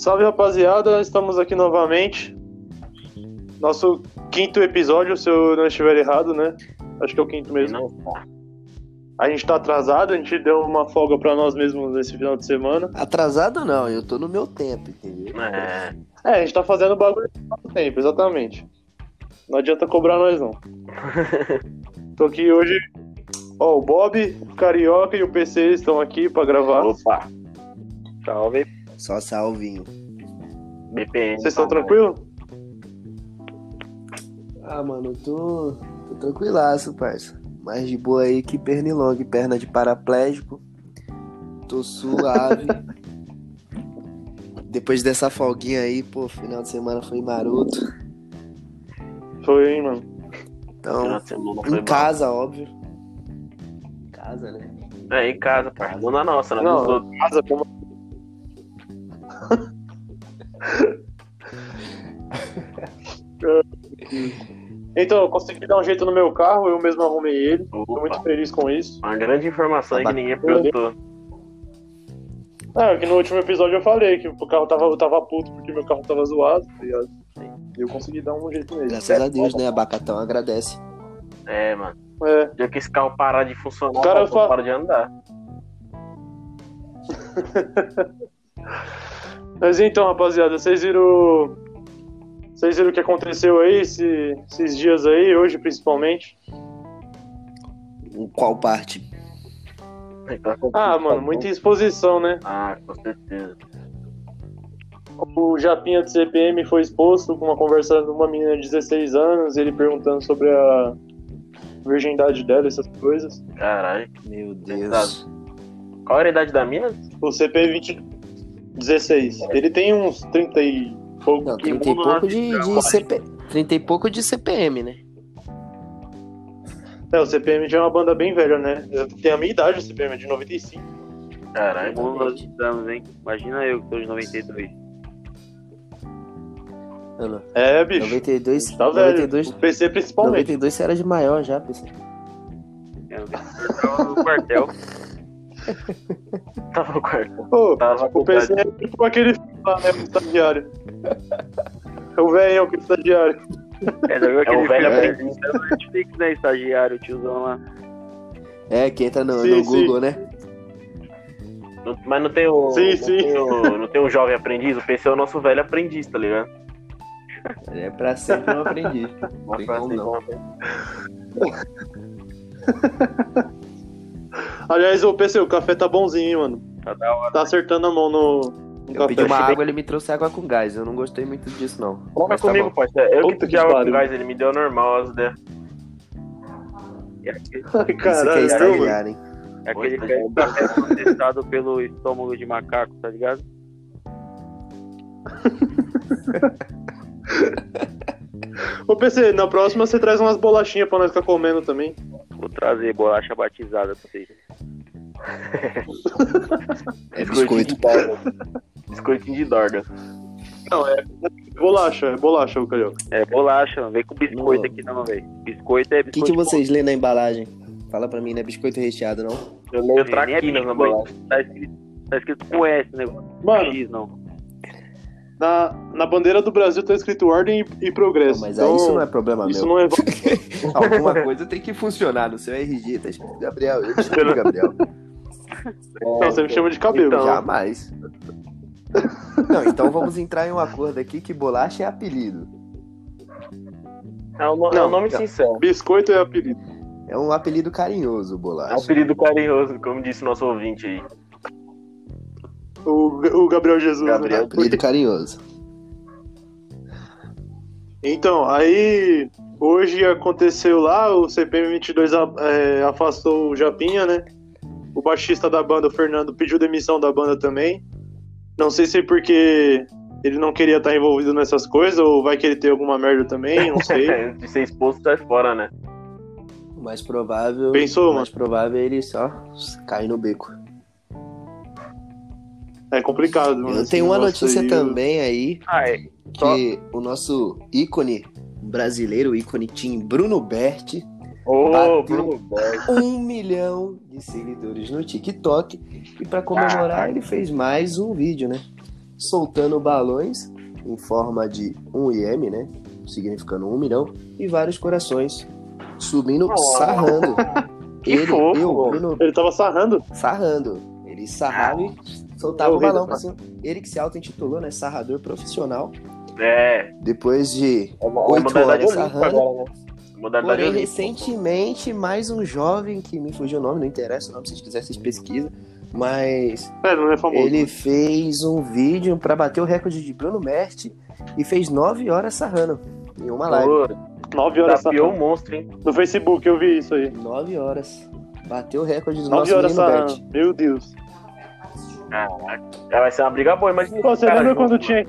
Salve, rapaziada, estamos aqui novamente. Nosso quinto episódio, se eu não estiver errado, né? Acho que é o quinto mesmo. Não. A gente tá atrasado, a gente deu uma folga pra nós mesmos nesse final de semana. Atrasado não, eu tô no meu tempo, entendeu? A gente tá fazendo o bagulho no nosso tempo, exatamente. Não adianta cobrar nós, não. Tô aqui hoje, ó, o Bob, o Carioca e o PC estão aqui pra gravar. Opa! Salve, Só salvinho. BPM. Vocês estão tranquilos? Ah, mano, eu tô tranquilaço, parça. Mais de boa aí que pernilongue, perna de paraplégico. Tô suave. Depois dessa folguinha aí, pô, final de semana foi maroto. Foi, hein, mano. Então, em casa, óbvio. Em casa, né? É, em casa, parça. Não na nossa, na Não, dos outros. casa, como... Então, eu consegui dar um jeito no meu carro, eu mesmo arrumei ele. Tô muito feliz com isso. Uma grande informação aí que ninguém perguntou. Que no último episódio eu falei que o carro tava puto porque meu carro tava zoado, tá ligado? E eu consegui dar um jeito nele. Graças a Deus, né? Abacatão agradece. É, mano. É. Já que esse carro parar de funcionar, O cara para de andar. Mas então, rapaziada, vocês viram o que aconteceu aí esses dias aí, hoje principalmente? Qual parte? Mano, muita exposição, né? Ah, com certeza. O Japinha do CPM foi exposto com uma conversa de uma menina de 16 anos, ele perguntando sobre a virgindade dela, essas coisas. Caralho. Meu Deus. Qual era a idade da mina? O CP 16. Ele tem uns 30 e pouco. Não, 30 e pouco de CP... 30 e pouco de CPM, né? O CPM já é uma banda bem velha, né? Tem a minha idade, o CPM é de 95. Caralho, nós estamos, hein? Imagina eu que tô de 92. Mano, bicho. 92, tá velho. 92, o PC principalmente. 92 você era de maior já, PC. Eu tava no quartel. Tava no quartel. Pô, Tava o PC é tipo aquele filme lá, né? O estagiário. É o velho que é o estagiário. É o velho aprendiz da Netflix, né? Estagiário, o tiozão lá. É, que entra no Sim. Google, né? Mas não tem o. Sim. Não tem o jovem aprendiz, o PC é o nosso velho aprendiz, tá ligado? Ele é pra sempre um aprendiz. Não tem como não. Aliás, o PC, o café tá bonzinho, hein, mano. Tá da hora. Tá acertando a mão no Eu café. pedi uma água, ele me trouxe água com gás. Eu não gostei muito disso, não. Coloca Mas tá comigo, bom. parceiro. Eu que Puta pedi que água com pariu. gás, ele me deu normal as ideias. Ai, Isso que é caralho, não, mano. estagiário, hein? É aquele café processado pelo estômago de macaco, tá ligado? Ô PC, na próxima você traz umas bolachinhas pra nós ficar comendo também. Vou trazer bolacha batizada pra vocês. É biscoito. de dorga. Biscoitinho de dorga. Não, é bolacha, o Carioca. É bolacha, não vem com biscoito aqui não, velho. Biscoito é O biscoito. que vocês lêem na embalagem? Fala pra mim, não é biscoito recheado, não? Eu leio traquinas na bolacha. Tá escrito com S, né? Mano, X, não. na bandeira do Brasil tá escrito ordem e progresso. Não, mas então, aí isso não é problema isso meu. não é... Alguma coisa tem que funcionar. No seu RG tá escrito Gabriel. Eu te chamo Gabriel. Não, você me chama de cabelo. Então. Jamais. Não, então vamos entrar em um acordo aqui que bolacha é apelido. É o nome sincero. Biscoito é apelido. É um apelido carinhoso, É um bolacha. apelido carinhoso, como disse nosso ouvinte aí. O Gabriel Jesus. Gabriel. Né? Apelido carinhoso. Então, aí hoje aconteceu lá, o CPM 22 afastou o Japinha, né? O baixista da banda, o Fernando, pediu demissão da banda também. Não sei se é porque ele não queria estar envolvido nessas coisas ou vai querer ter alguma merda também, não sei. De ser exposto, sai fora, né? O mais provável. Pensou, o mais provável é ele só cair no beco. É complicado. Eu tenho uma notícia aí, também aí. Só... Que o nosso ícone brasileiro, o ícone Team Bruno Berti, Ô, Bruno Berti. 1 milhão de seguidores no TikTok. E pra comemorar, ele fez mais um vídeo, né? soltando balões em forma de 1 IM, né? Significando 1 milhão, e vários corações subindo, sarrando. Que fofo. Bruno, Ele tava sarrando. sarrando. Ele sarrava e soltava o balão pra cima. Ele que se auto-intitulou, né? Sarrador profissional. Depois de 8 horas sarrando. Agora, né? Porém, recentemente, mais um jovem, que me fugiu o nome, não interessa o nome, se vocês quiserem, vocês pesquisam. Mas Não é famoso. ele fez um vídeo pra bater o recorde de Bruno Mert e fez 9 horas sarrando em uma live. 9 horas Tapiou sarrando. o monstro, hein? No Facebook eu vi isso aí. 9 horas. Bateu o recorde do 9 nosso horas menino sarrando. Bert. Meu Deus. Caraca. Vai ser uma briga boa, imagina. Pô, você lembra quando tinha...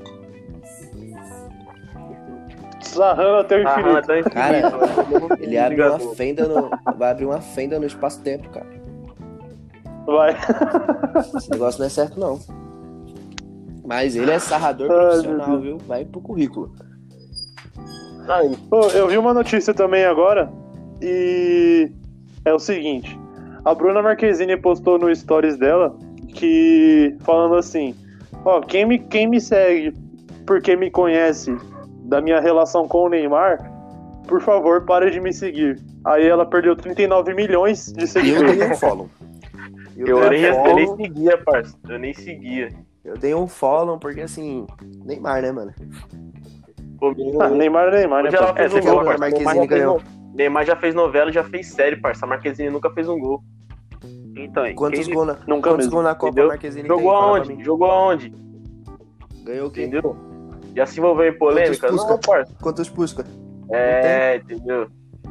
Sarrando até o infinito. Cara, ele abre uma fenda vai abrir uma fenda no espaço-tempo, cara. Vai. Esse negócio não é certo, não. Mas ele é sarrador Ai, profissional, meu viu? Vai pro currículo. Pô, eu vi uma notícia também agora e é o seguinte: a Bruna Marquezine postou no stories dela que falando assim: ó, quem me segue porque me conhece da minha relação com o Neymar, por favor, pare de me seguir. Aí ela perdeu 39 milhões de E eu seguidores. dei um follow. Eu nem seguia, parça. Eu nem seguia. Eu dei um follow porque, assim, Neymar, né, mano? Pô, Neymar, né? Hoje ela fez você um viu gol, a parça. Marquezine ganhou? Neymar já fez novela, já fez série, parça. A Marquezine nunca fez um gol. Então, Quantos quem- gols na, Nunca quantos mesmo. gols na Copa Entendeu? Marquezine Jogou tem? Fala pra aonde? mim. Jogou aonde? Ganhou o quê? Entendeu? Já se envolveu em polêmica? Quantos Não, parça. Quantos Pusca? Entendeu?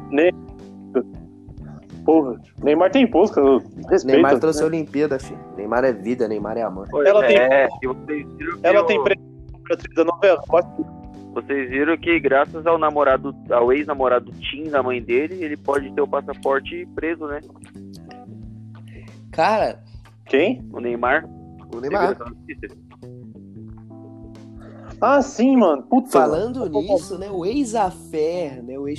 Porra, Neymar tem Pusca, respeita. Neymar trouxe a Olimpíada, filho. Neymar é vida, Neymar é amor. Ela tem- E vocês viram que Ela tem preço pra atriz da novela. Vocês viram que graças ao ex-namorado Tim, da mãe dele, ele pode ter o passaporte preso, né? Cara, Quem? O Neymar. o Neymar. Ah, sim, mano. Puta. Falando nisso, né, o ex-affair, né, o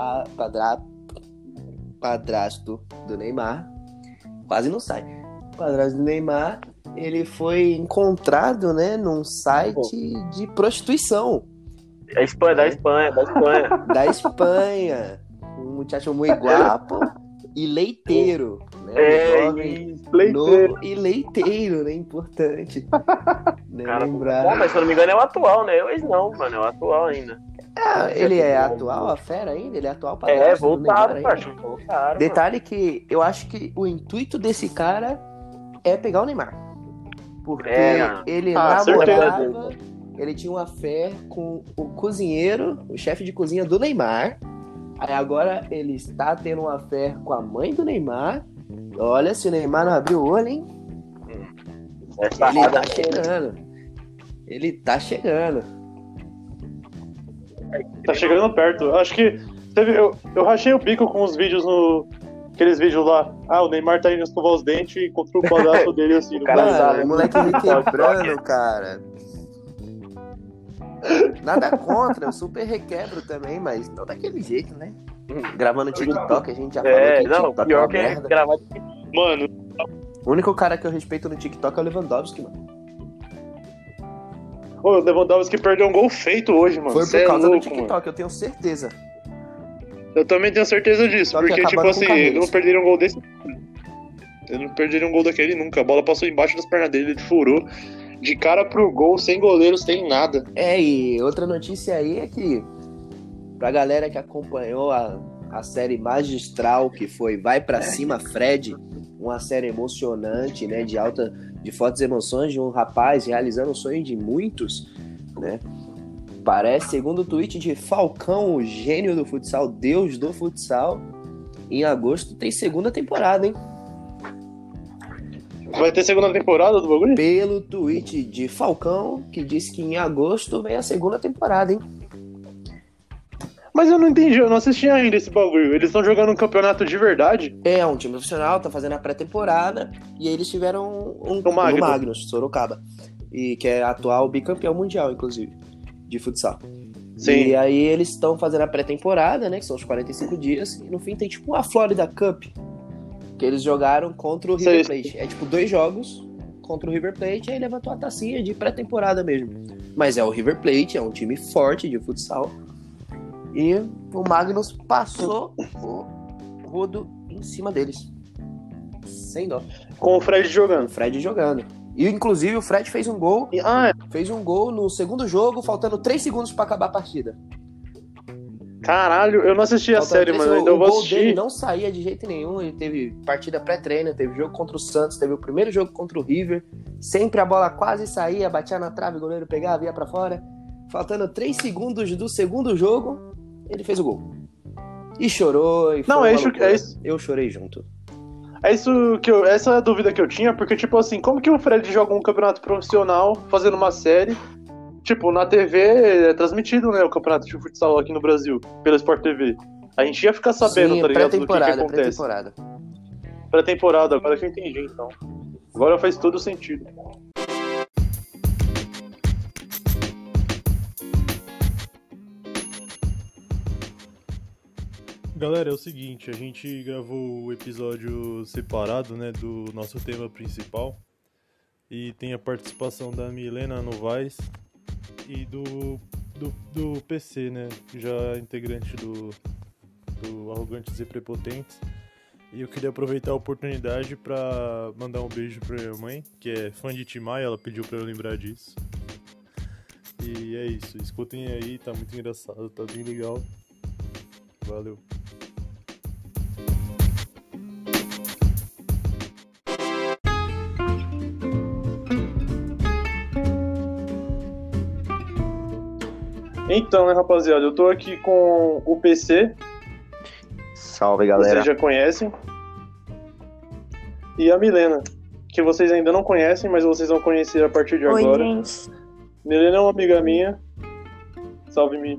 padrasto do Neymar, quase não sai. O padrasto do Neymar, ele foi encontrado, né, num site de prostituição Da Espanha. da Espanha. Um muchacho muito guapo e leiteiro, né, um jovem Leiteiro. novo e leiteiro, né, importante, né, Cara, lembrar. mas se eu não me engano é o atual, né? O ex não, mano, é o atual ainda. Ah, ele é atual, a fera ainda? Ele é atual padrasto do Neymar voltado, ainda? parça. Voltaram. Detalhe que eu acho que o intuito desse cara é pegar o Neymar. Porque ele namorava, ele tinha uma fé com o cozinheiro, o chefe de cozinha do Neymar. Aí agora ele está tendo uma fé com a mãe do Neymar. Olha, se o Neymar não abrir o olho, hein? Ele tá chegando. Ele tá chegando. Tá chegando perto. Acho que eu rachei o bico com os vídeos aqueles vídeos lá. Ah, o Neymar tá indo escovar os dentes e encontrou o padrasto dele assim. No Cara, braço. Mano, o moleque me quebrando, cara. Nada contra, eu super requebro também, mas não daquele jeito, né? Gravando TikTok, a gente já falou que TikTok é uma pior que é merda. gravar. Mano, O único cara que eu respeito no TikTok é o Lewandowski, mano. o Lewandowski perdeu um gol feito hoje, mano. Foi Cê por é causa do louco, TikTok, mano. eu tenho certeza. Eu também tenho certeza disso, Só que porque, tipo acabando com assim, carreiras. não perderam um gol desse. Eu não perderia um gol daquele nunca. A bola passou embaixo das pernas dele, ele furou. De cara pro gol, sem goleiro, sem nada. É, e outra notícia aí é que, pra galera que acompanhou a série magistral que foi Vai Pra Cima Fred, uma série emocionante, né, de fortes emoções de um rapaz realizando o sonho de muitos, né? Parece, segundo o tweet de Falcão, o gênio do futsal, Deus do futsal, em agosto tem segunda temporada, hein? Vai ter segunda temporada do bagulho? Pelo tweet de Falcão, que disse que em agosto vem a segunda temporada, hein? Mas eu não entendi, eu não assisti ainda esse bagulho. Eles estão jogando um campeonato de verdade? É um time profissional, tá fazendo a pré-temporada, e aí eles tiveram O no Magnus. Magnus, Sorocaba, e que é atual bicampeão mundial, inclusive, de futsal. Sim. E aí eles estão fazendo a pré-temporada, né, que são os 45 dias, e no fim tem tipo a Florida Cup, que eles jogaram contra o River Plate. É tipo 2 jogos contra o River Plate, aí levantou a tacinha de pré-temporada mesmo. Mas é o River Plate, é um time forte de futsal. E o Magnus passou o rodo em cima deles. Sem dó. Com o Fred jogando. O Fred jogando. E, inclusive, o Fred fez um gol. Fez um gol no segundo jogo, faltando 3 segundos pra acabar a partida. Caralho, eu não assisti a série, mas ainda eu vou assistir. O gol dele não saía de jeito nenhum. Ele teve partida pré-treino, teve jogo contra o Santos, teve o primeiro jogo contra o River. Sempre a bola quase saía, batia na trave, o goleiro pegava, ia pra fora. Faltando 3 segundos do segundo jogo, ele fez o gol. E chorou. E não, é isso. Eu chorei junto. Essa é a dúvida que eu tinha, porque, tipo assim, como que o Fred joga um campeonato profissional fazendo uma série? Tipo, na TV é transmitido, né, o campeonato de futsal aqui no Brasil, pela Sport TV. A gente ia ficar sabendo, tá ligado, do que acontece. Pré-temporada, agora que eu entendi, então. Agora faz todo sentido. Galera, é o seguinte, a gente gravou o episódio separado, né, do nosso tema principal. E tem a participação da Milena Novaes e do PC, né, já integrante do Arrogantes e Prepotentes. E eu queria aproveitar a oportunidade para mandar um beijo pra minha mãe, que é fã de Tim Maia, ela pediu pra eu lembrar disso. E é isso, escutem aí, tá muito engraçado, tá bem legal. Valeu. Então, né, rapaziada, eu tô aqui com o PC. Salve, galera. Vocês já conhecem. E a Milena, que vocês ainda não conhecem, mas vocês vão conhecer a partir de agora. Oi, gente. Milena é uma amiga minha. Salve-me.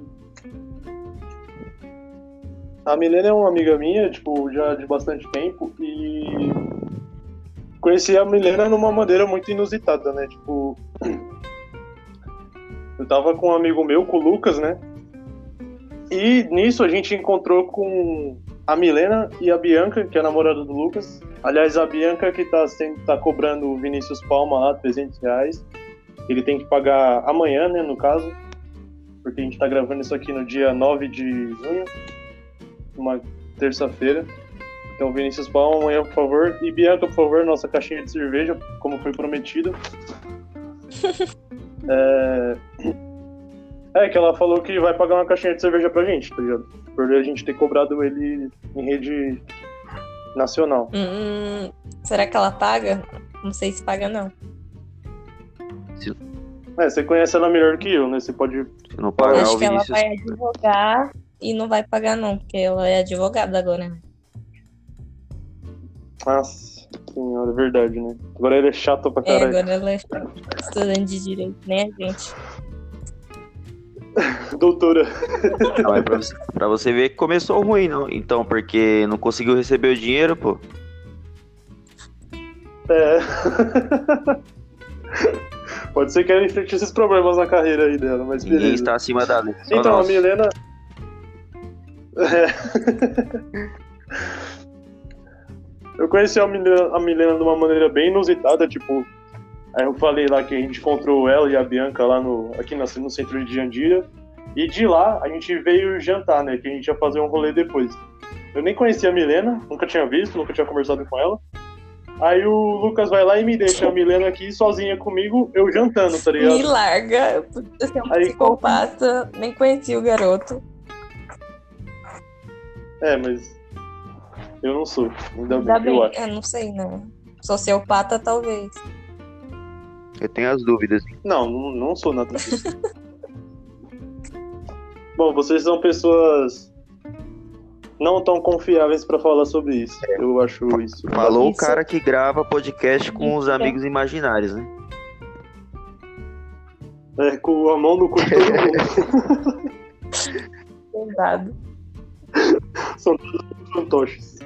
A Milena é uma amiga minha, tipo, já de bastante tempo. E conheci a Milena numa maneira muito inusitada, né? Tipo, eu tava com um amigo meu, com o Lucas, né? E nisso a gente encontrou com a Milena e a Bianca, que é a namorada do Lucas. Aliás, a Bianca que tá cobrando o Vinícius Palma lá, R$300. Ele tem que pagar amanhã, né, no caso. Porque a gente tá gravando isso aqui no dia 9 de junho. Uma terça-feira. Então, Vinícius Palma, amanhã, por favor. E Bianca, por favor, nossa caixinha de cerveja, como foi prometido. Que ela falou que vai pagar uma caixinha de cerveja pra gente, tá ligado? Por a gente ter cobrado ele em rede nacional. Será que ela paga? Não sei se paga, não. Você conhece ela melhor que eu, né? Você pode... Se não pagar, acho o que ela Vinícius... vai advogar e não vai pagar, não, porque ela é advogada agora, né? Nossa senhora, é verdade, né? Agora ele é chato pra caralho. Agora ela é estudante de direito, né, gente? Doutora. Não, é pra você ver que começou ruim, não? Então, porque não conseguiu receber o dinheiro, pô. Pode ser que ela enfrente esses problemas na carreira aí dela, mas beleza. Ninguém está acima da lei. Então, a Milena... Eu conheci a Milena de uma maneira bem inusitada, tipo... Aí eu falei lá que a gente encontrou ela e a Bianca lá aqui no centro de Jandira. E de lá a gente veio jantar, né? Que a gente ia fazer um rolê depois. Eu nem conhecia a Milena, nunca tinha visto, nunca tinha conversado com ela. Aí o Lucas vai lá e me deixa a Milena aqui sozinha comigo, eu jantando, tá ligado? Me larga, eu sou um psicopata, nem conheci o garoto. Mas eu não sou, ainda bem, eu acho. Eu não sei, não. Sociopata, talvez. Eu tenho as dúvidas. Não sou nada disso. Bom, vocês são pessoas não tão confiáveis pra falar sobre isso. Eu acho isso. Falou o cara que grava podcast com os amigos imaginários, né? Com a mão no cu de todo mundo. Pesado. São todos fantoches.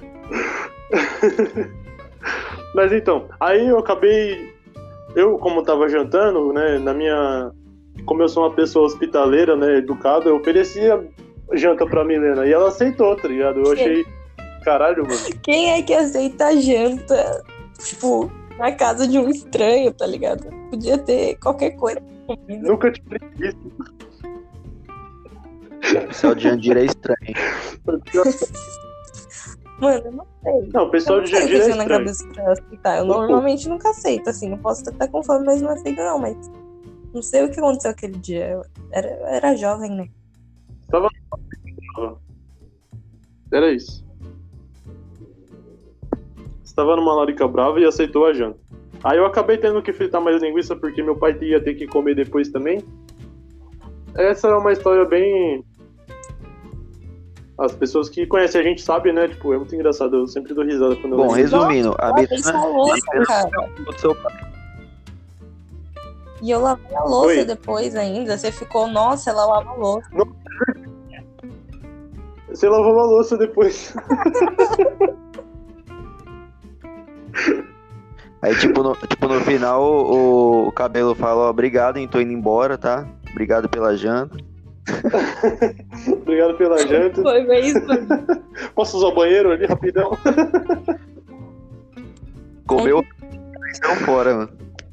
Mas então, aí eu acabei... Eu, como tava jantando, né, como eu sou uma pessoa hospitaleira, né, educada, eu oferecia janta pra Milena e ela aceitou, tá ligado? Eu achei... Caralho, mano. Quem é que aceita janta? Tipo, na casa de um estranho, tá ligado? Podia ter qualquer coisa. Nunca tinha visto. O pessoal de Jandira é estranho. Mano, eu não sei. Não, o pessoal de Jandira é na estranho. cabeça pra aceitar. Eu normalmente nunca aceito, assim. Não posso estar com fome, mas não aceito, não. Mas não sei o que aconteceu aquele dia. Eu era jovem, né? Era isso. Você tava numa larica brava e aceitou a janta. Aí eu acabei tendo que fritar mais linguiça porque meu pai ia ter que comer depois também. Essa é uma história bem... As pessoas que conhecem a gente sabem, né? Tipo, é muito engraçado. Eu sempre dou risada quando eu Bom, lembro. resumindo, a Lavei essa louça, cara. do seu pai. E eu lavei a louça Oi. depois ainda. Você ficou, nossa, ela lava a louça. Você lavou a louça depois. Aí, tipo, no final, o cabelo fala, ó, obrigado, hein, tô indo embora, tá? Obrigado pela janta. Obrigado pela janta. Foi mesmo. Posso usar o banheiro ali rapidão? Comeu, estão fora, mano.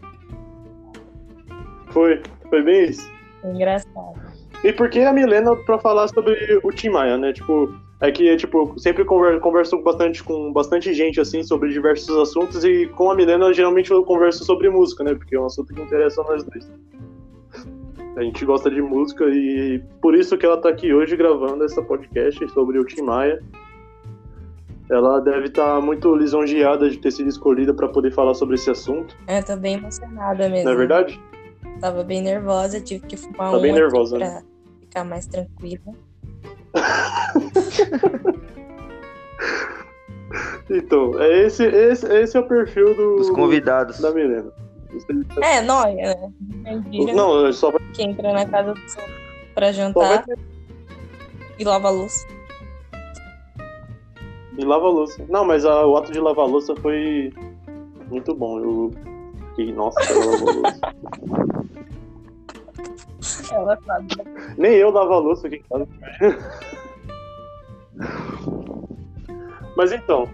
Foi bem isso. Engraçado. E por que a Milena pra falar sobre o Tim Maia, né? Tipo, é que tipo, sempre converso com bastante gente assim sobre diversos assuntos e com a Milena geralmente eu converso sobre música, né? Porque é um assunto que interessa a nós dois. A gente gosta de música e por isso que ela tá aqui hoje gravando essa podcast sobre o Tim Maia. Ela deve estar muito lisonjeada de ter sido escolhida pra poder falar sobre esse assunto. Eu tô bem emocionada mesmo. Não é verdade? Tava bem nervosa, tive que fumar Tá bem aqui nervosa, pra né? ficar mais tranquila. Então, esse é o perfil Dos convidados. da Milena. É, nóia, né? Mentira. Não, só Que entra na casa do outro pra só vai jantar e lava a louça. e lava a louça. Não, mas o ato de lavar a louça foi muito bom. Eu fiquei, nossa, ela lavou a louça. Ela sabe. Nem eu lavo a louça aqui em casa. Mas então,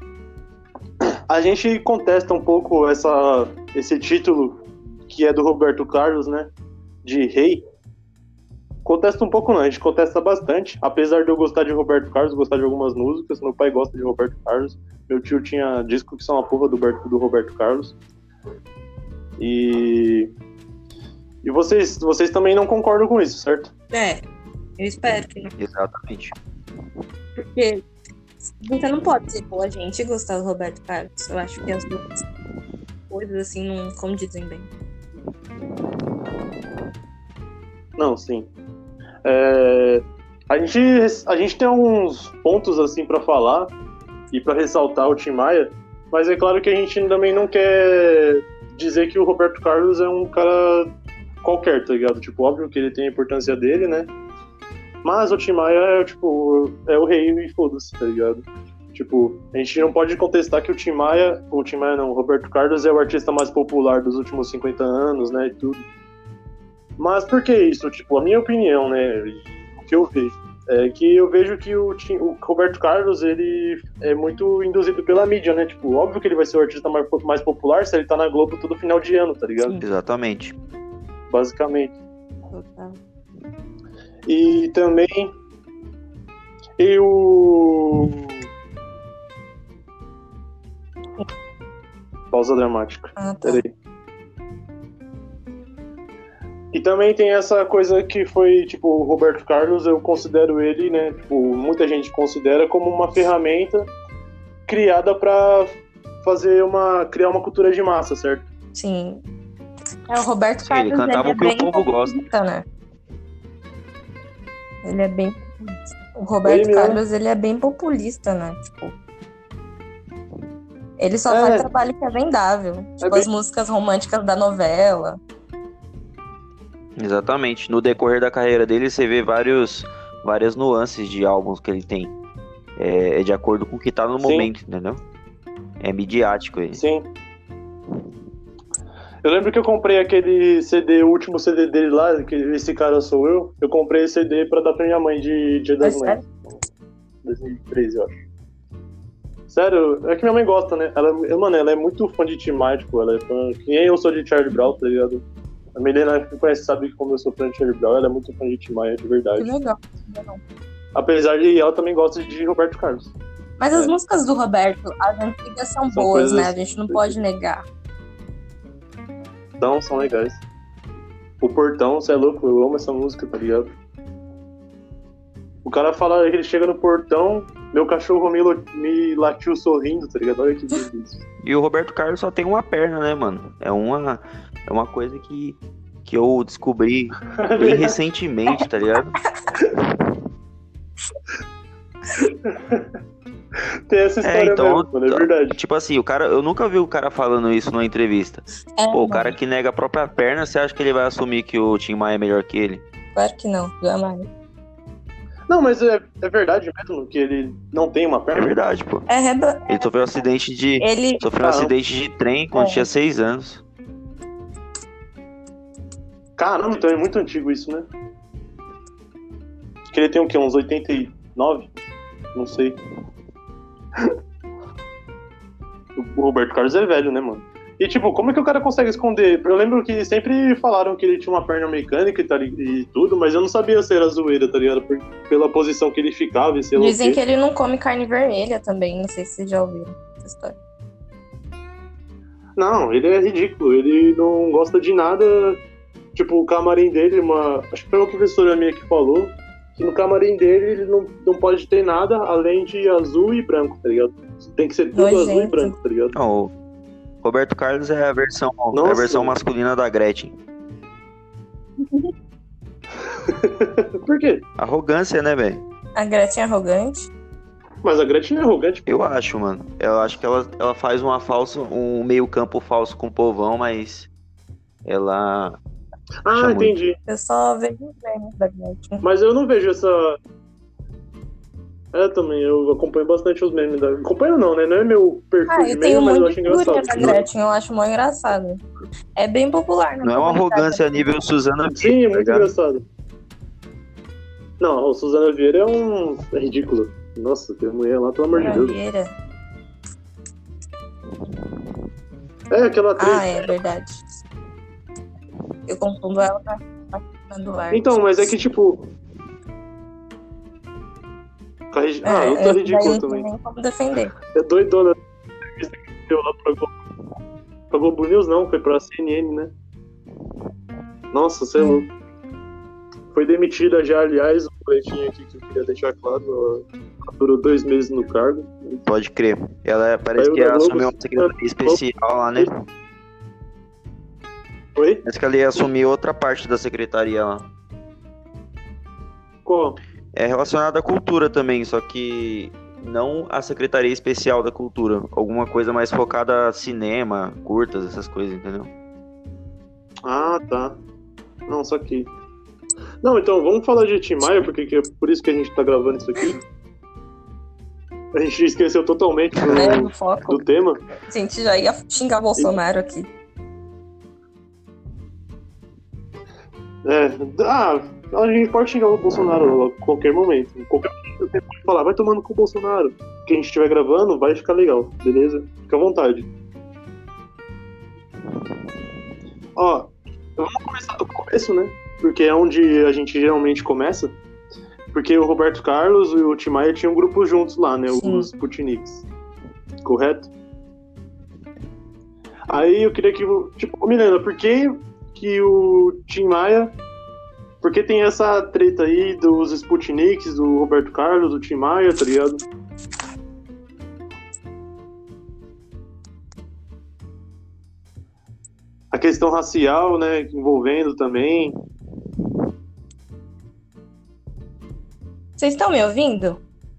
a gente contesta um pouco esse título que é do Roberto Carlos, né? De rei. Contesta um pouco não, a gente contesta bastante. Apesar de eu gostar de Roberto Carlos, gostar de algumas músicas, meu pai gosta de Roberto Carlos. Meu tio tinha disco que são a porra do Roberto Carlos. E vocês também não concordam com isso, certo? É, eu espero que não. Exatamente. Porque você não pode ser boa gente e gostar do Roberto Carlos. Eu acho que as duas coisas assim não condizem bem. Não, sim. A gente tem alguns pontos assim pra falar e pra ressaltar o Tim Maia, mas é claro que a gente também não quer dizer que o Roberto Carlos é um cara qualquer, tá ligado? Tipo, óbvio que ele tem a importância dele, né? Mas o Tim Maia é o rei e foda-se, tá ligado? Tipo, a gente não pode contestar que o Roberto Carlos é o artista mais popular dos últimos 50 anos, né, e tudo. Mas por que isso? Tipo, a minha opinião, né, o que eu vejo, é que eu vejo que o Roberto Carlos, ele é muito induzido pela mídia, né, tipo, óbvio que ele vai ser o artista mais popular se ele tá na Globo todo final de ano, tá ligado? Sim. Exatamente. Basicamente. Total. E também pausa dramática. Ah, tá. Peraí. E também tem essa coisa que foi, tipo, o Roberto Carlos, eu considero ele, né, tipo, muita gente considera como uma ferramenta criada pra criar uma cultura de massa, certo? Sim. O Roberto Sim, Carlos, ele cantava é o que bem o povo gosta. populista, né? Ele é bem... O Roberto Ele, né? Carlos, ele é bem populista, né? Tipo... Ele só faz trabalho que é vendável. Tipo, as músicas românticas da novela. Exatamente. No decorrer da carreira dele, você vê várias nuances de álbuns que ele tem. É de acordo com o que tá no Sim. momento, entendeu? É midiático ele. Sim. Eu lembro que eu comprei aquele CD, o último CD dele lá, que Esse Cara Sou Eu. Eu comprei esse CD pra dar pra minha mãe de Dia das É Mães. 2013, eu acho. Sério, é que minha mãe gosta, né? Mano, ela é muito fã de Tim Maia, tipo, ela é fã... Que nem eu sou de Charlie Brown, tá ligado? A Milena que me conhece sabe que como eu sou fã de Charlie Brown, ela é muito fã de Tim Maia, de verdade. Que legal. Apesar de ela também gosta de Roberto Carlos. Mas as músicas do Roberto, as antigas são boas, né? A gente não pode negar. Então, são legais. O Portão, você é louco, eu amo essa música, tá ligado? O cara fala que ele chega no portão, meu cachorro me latiu sorrindo, tá ligado? Olha que delícia. E o Roberto Carlos só tem uma perna, né, mano? É uma coisa que eu descobri bem recentemente, tá ligado? Tem essa história mesmo, mano, é verdade. Tipo assim, eu nunca vi o cara falando isso numa entrevista. Pô, o cara que nega a própria perna, você acha que ele vai assumir que o Tim Maia é melhor que ele? Claro que não, jamais. Não, mas é verdade mesmo que ele não tem uma perna? É verdade, pô. Ele sofreu um acidente de trem quando tinha 6 anos. Caramba, então é muito antigo isso, né? Acho que ele tem o quê? Uns 89? Não sei. O Roberto Carlos é velho, né, mano? E tipo, como é que o cara consegue esconder? Eu lembro que sempre falaram que ele tinha uma perna mecânica e tudo, mas eu não sabia se era zoeira, tá ligado? Pela posição que ele ficava e sei lá. Dizem que ele não come carne vermelha também, não sei se vocês já ouviram essa história. Não, ele é ridículo, ele não gosta de nada. Tipo, o camarim dele, acho que foi uma professora minha que falou que no camarim dele ele não pode ter nada além de azul e branco, tá ligado? Tem que ser tudo azul e branco, tá ligado? Não, Roberto Carlos é a versão masculina da Gretchen. Por quê? Arrogância, né, velho? A Gretchen é arrogante? Mas a Gretchen não é arrogante. Eu acho, mano. Eu acho que ela faz um meio campo falso com o povão, mas ela... entendi. Muito. Eu só vejo os memes da Gretchen. Mas eu não vejo essa... também, eu acompanho bastante os memes da... Acompanho não, né? Não é meu perfil de meme, mas eu acho engraçado. Da Gretchen, eu acho mó engraçado. É bem popular. Não é uma arrogância a nível Suzana Vieira. Sim, é muito engraçado. Não, o Suzana Vieira é ridículo. Nossa, tem mulher lá, pelo amor de Deus. Vieira. É, aquela atriz. É verdade. Eu confundo ela com a Duarte. Então, mas é que tipo... outra ridícula também. Não tem nem como defender. É doidona. Deu lá pra Globo News, não, foi pra CNN, né? Nossa, você é louco. Foi demitida já, aliás, um boletim aqui que eu queria deixar claro. Ela durou 2 meses no cargo. Pode crer. Ela parece que ela assumiu uma secretaria especial lá, né? Oi? Parece que ela ia assumir outra parte da secretaria lá. Qual? É relacionada à cultura também, só que não a Secretaria Especial da Cultura. Alguma coisa mais focada a cinema, curtas, essas coisas, entendeu? Ah, tá. Não, só que... Não, então vamos falar de Tim Maia, porque é por isso que a gente tá gravando isso aqui. A gente esqueceu totalmente do tema. A gente já ia xingar Bolsonaro aqui. A gente pode xingar o Bolsonaro a qualquer momento. Em qualquer momento você pode falar, vai tomando com o Bolsonaro. Que a gente estiver gravando, vai ficar legal, beleza? Fica à vontade. Ó, vamos começar do começo, né? Porque é onde a gente geralmente começa. Porque o Roberto Carlos e o Tim Maia tinham grupos juntos lá, né? Sim. Os Sputniks. Correto? Aí eu queria que... Tipo, Milena, por que o Tim Maia... Por que tem essa treta aí dos Sputniks, do Roberto Carlos, do Tim Maia, tá ligado? A questão racial, né, envolvendo também. Vocês estão me ouvindo?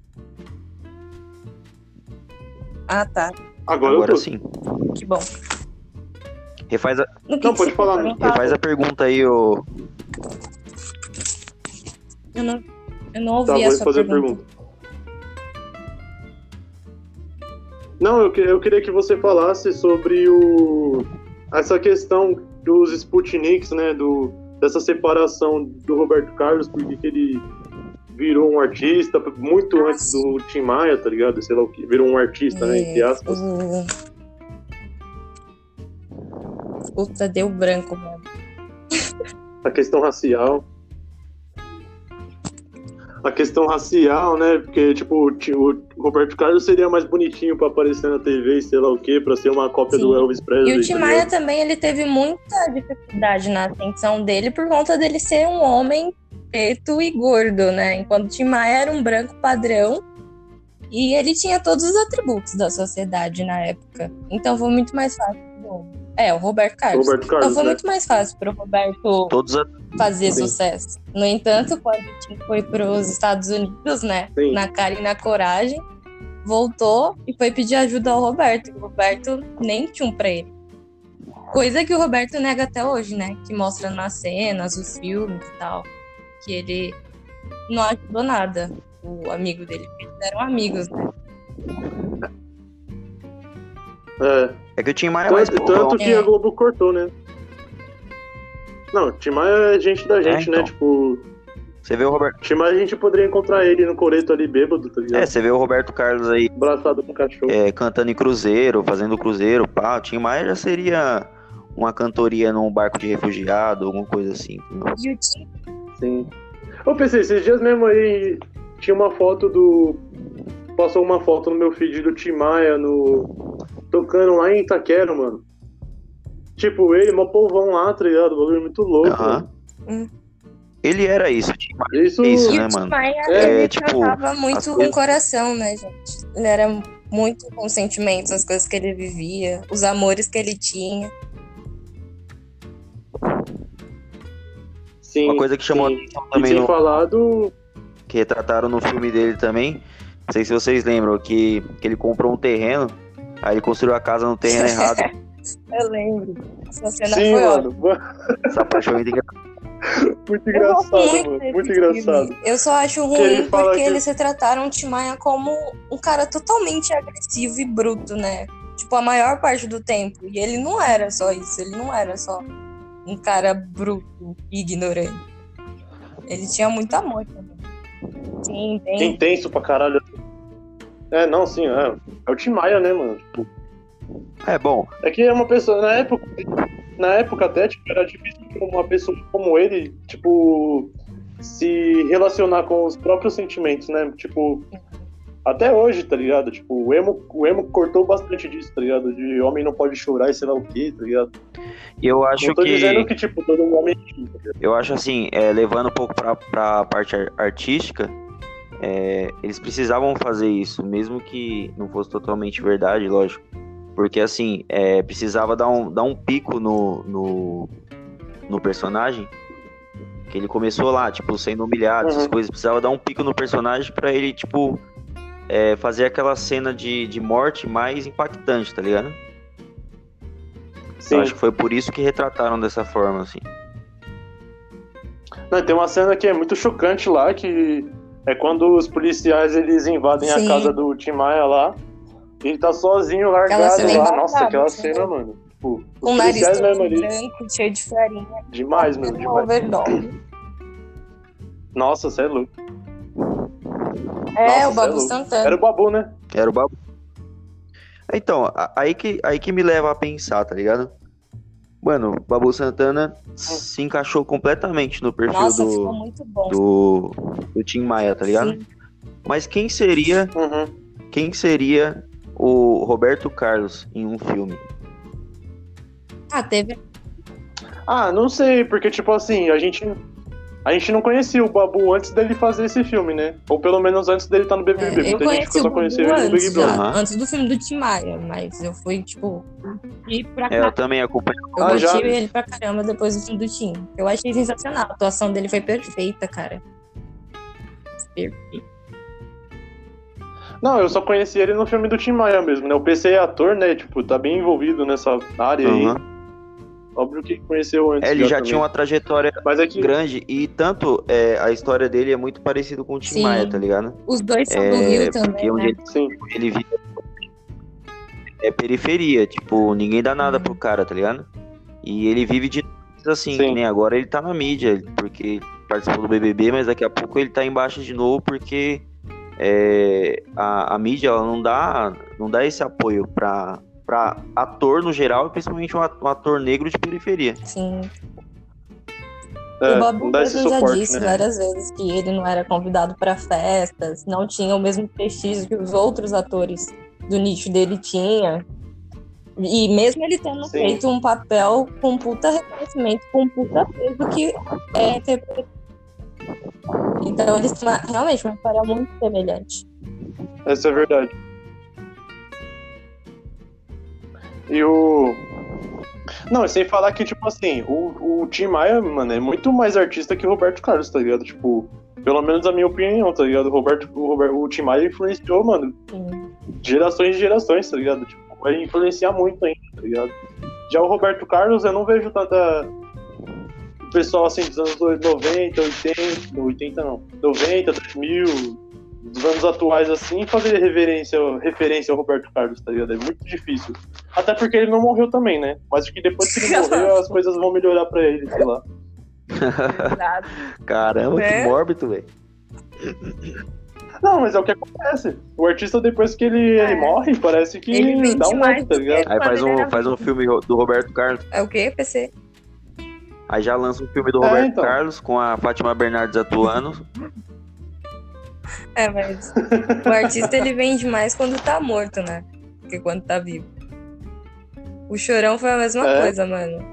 Ah, tá. Agora sim. Que bom. Refaz a... Não, pode falar. Refaz a pergunta aí, ô... Eu não ouvi a sua pergunta. Não, eu queria que você falasse sobre essa questão dos Sputniks, né, dessa separação do Roberto Carlos, porque ele virou um artista muito antes do Tim Maia, tá ligado? Sei lá o que. Virou um artista, né? Entre aspas. Puta, deu branco, mano. A questão racial. A questão racial, né? Porque, tipo, o Roberto Carlos seria mais bonitinho pra aparecer na TV e sei lá o quê, pra ser uma cópia do Elvis Presley. E o Tim Maia também, ele teve muita dificuldade na ascensão dele por conta dele ser um homem preto e gordo, né? Enquanto o Tim Maia era um branco padrão e ele tinha todos os atributos da sociedade na época. Então foi muito mais fácil. O Roberto Carlos. Então foi muito mais fácil pro Roberto fazer sucesso. No entanto, quando o Tim foi pros Estados Unidos, né? Sim. Na cara e na coragem, voltou e foi pedir ajuda ao Roberto. O Roberto nem tinha pra ele. Coisa que o Roberto nega até hoje, né? Que mostra nas cenas, os filmes e tal. Que ele não ajudou nada, o amigo dele. Eles eram amigos, né? É que o Tim Maia é mais tanto que a Globo cortou, né? Não, o Tim Maia é gente da gente, então. né? Tipo... Você vê o Roberto... Tim Maia a gente poderia encontrar ele no coreto ali bêbado, tá ligado? você vê o Roberto Carlos aí abraçado com o cachorro. Cantando em cruzeiro, fazendo cruzeiro, pá. O Tim Maia já seria uma cantoria num barco de refugiado, alguma coisa assim. Entendeu? E o Tim... Sim. Eu pensei, esses dias mesmo aí tinha uma foto do... Passou uma foto no meu feed do Tim Maia tocando lá em Itaquera, mano. Tipo, ele, mó povão lá, tá ligado? O bagulho muito louco, mano. Ele era isso, o Tim Maia. Isso, né, mano? O Tim Maia, ele tratava muito com o coração, né, gente? Ele era muito com sentimentos, as coisas que ele vivia, os amores que ele tinha. Sim, uma coisa que chamou a atenção também, sem falar do... que retrataram no filme dele também, não sei se vocês lembram, que ele comprou um terreno, aí ele construiu a casa no terreno errado. Eu lembro. Essa cena Sim, foi mano. Essa parte foi muito engraçada. Muito engraçado, mano. Muito engraçado. Eu só acho ruim porque eles retrataram o Tim Maia como um cara totalmente agressivo e bruto, né? Tipo, a maior parte do tempo. E ele não era só isso. Ele não era só um cara bruto e ignorante. Ele tinha muito amor também. Sim, tem. Intenso pra caralho. Não, sim, é o Tim Maia, né, mano? Tipo, bom. É que é uma pessoa, na época até, tipo, era difícil uma pessoa como ele, tipo, se relacionar com os próprios sentimentos, né? Tipo, até hoje, tá ligado? Tipo, o emo cortou bastante disso, tá ligado? De homem não pode chorar e sei lá o quê, tá ligado? Eu acho não tô dizendo que, tipo, todo homem... Eu acho assim, levando um pouco pra parte artística, eles precisavam fazer isso, mesmo que não fosse totalmente verdade, lógico. Porque assim, precisava dar um pico no personagem. Que ele começou lá, tipo, sendo humilhado, essas coisas. Precisava dar um pico no personagem pra ele, tipo, fazer aquela cena de morte mais impactante, tá ligado? Sim. Eu acho que foi por isso que retrataram dessa forma, assim. Não, tem uma cena que é muito chocante lá, que é quando os policiais, eles invadem a casa do Tim Maia lá. Ele tá sozinho, largado lá. Nossa, aquela cena, mano. Tipo, com o nariz branco, cheio de farinha. Demais, meu. Demais. Overdose. Nossa, você é louco. O Babu Santana. Era o Babu, né? Era o Babu. Então, aí que me leva a pensar, tá ligado? Mano, o Babu Santana se encaixou completamente no perfil ficou muito bom. do Tim Maia, tá ligado? Sim. Mas quem seria o Roberto Carlos em um filme? Teve. Não sei, porque tipo assim, a gente não conhecia o Babu antes dele fazer esse filme, né? Ou pelo menos antes dele estar no BBB. Eu conheci o Babu antes, antes do filme do Tim Maia, mas eu fui, tipo, ir pra cá. Eu também acompanhei. Eu gostei ele pra caramba depois do filme do Tim. Eu achei sensacional. A atuação dele foi perfeita, cara. Perfeita. Não, eu só conheci ele no filme do Tim Maia mesmo, né? O PC é ator, né? Tipo, tá bem envolvido nessa área aí. Óbvio que conheceu antes. Ele já tinha uma trajetória grande e tanto a história dele é muito parecido com o Tim Maia, tá ligado? Os dois são do Rio também, onde né? ele vive periferia, tipo, ninguém dá nada pro cara, tá ligado? E ele vive de assim, que nem agora ele tá na mídia, porque participou do BBB, mas daqui a pouco ele tá embaixo de novo porque a mídia ela não dá esse apoio pra ator no geral, e principalmente um ator negro de periferia. Sim. O Bob Esponja já disse várias vezes que ele não era convidado para festas, não tinha o mesmo prestígio que os outros atores do nicho dele tinham. E mesmo ele tendo feito um papel com puta reconhecimento, com puta peso que é interpretado. Então eles têm realmente uma história muito semelhante. Essa é verdade. Não, sem falar que, tipo assim, o Tim Maia, mano, é muito mais artista que o Roberto Carlos, tá ligado? Tipo, pelo menos a minha opinião, tá ligado? O Tim Maia influenciou, mano, gerações e gerações, tá ligado? Tipo, vai influenciar muito ainda, tá ligado? Já o Roberto Carlos, eu não vejo tanta... O pessoal, assim, dos anos 90, 80 não, 90, 2000, dos anos atuais, assim, fazer referência ao Roberto Carlos, tá ligado? É muito difícil. Até porque ele não morreu também, né? Mas acho que depois que ele morreu, as coisas vão melhorar pra ele, sei lá. Caramba, que mórbido, velho. Não, mas é o que acontece. O artista, depois que ele morre, parece que ele dá um up, tá ligado? Aí faz um filme do Roberto Carlos. É o quê, PC? Aí já lança um filme do Roberto Carlos com a Fátima Bernardes atuando. Mas o artista ele vende mais quando tá morto, né? Do que quando tá vivo. O Chorão foi a mesma coisa, mano.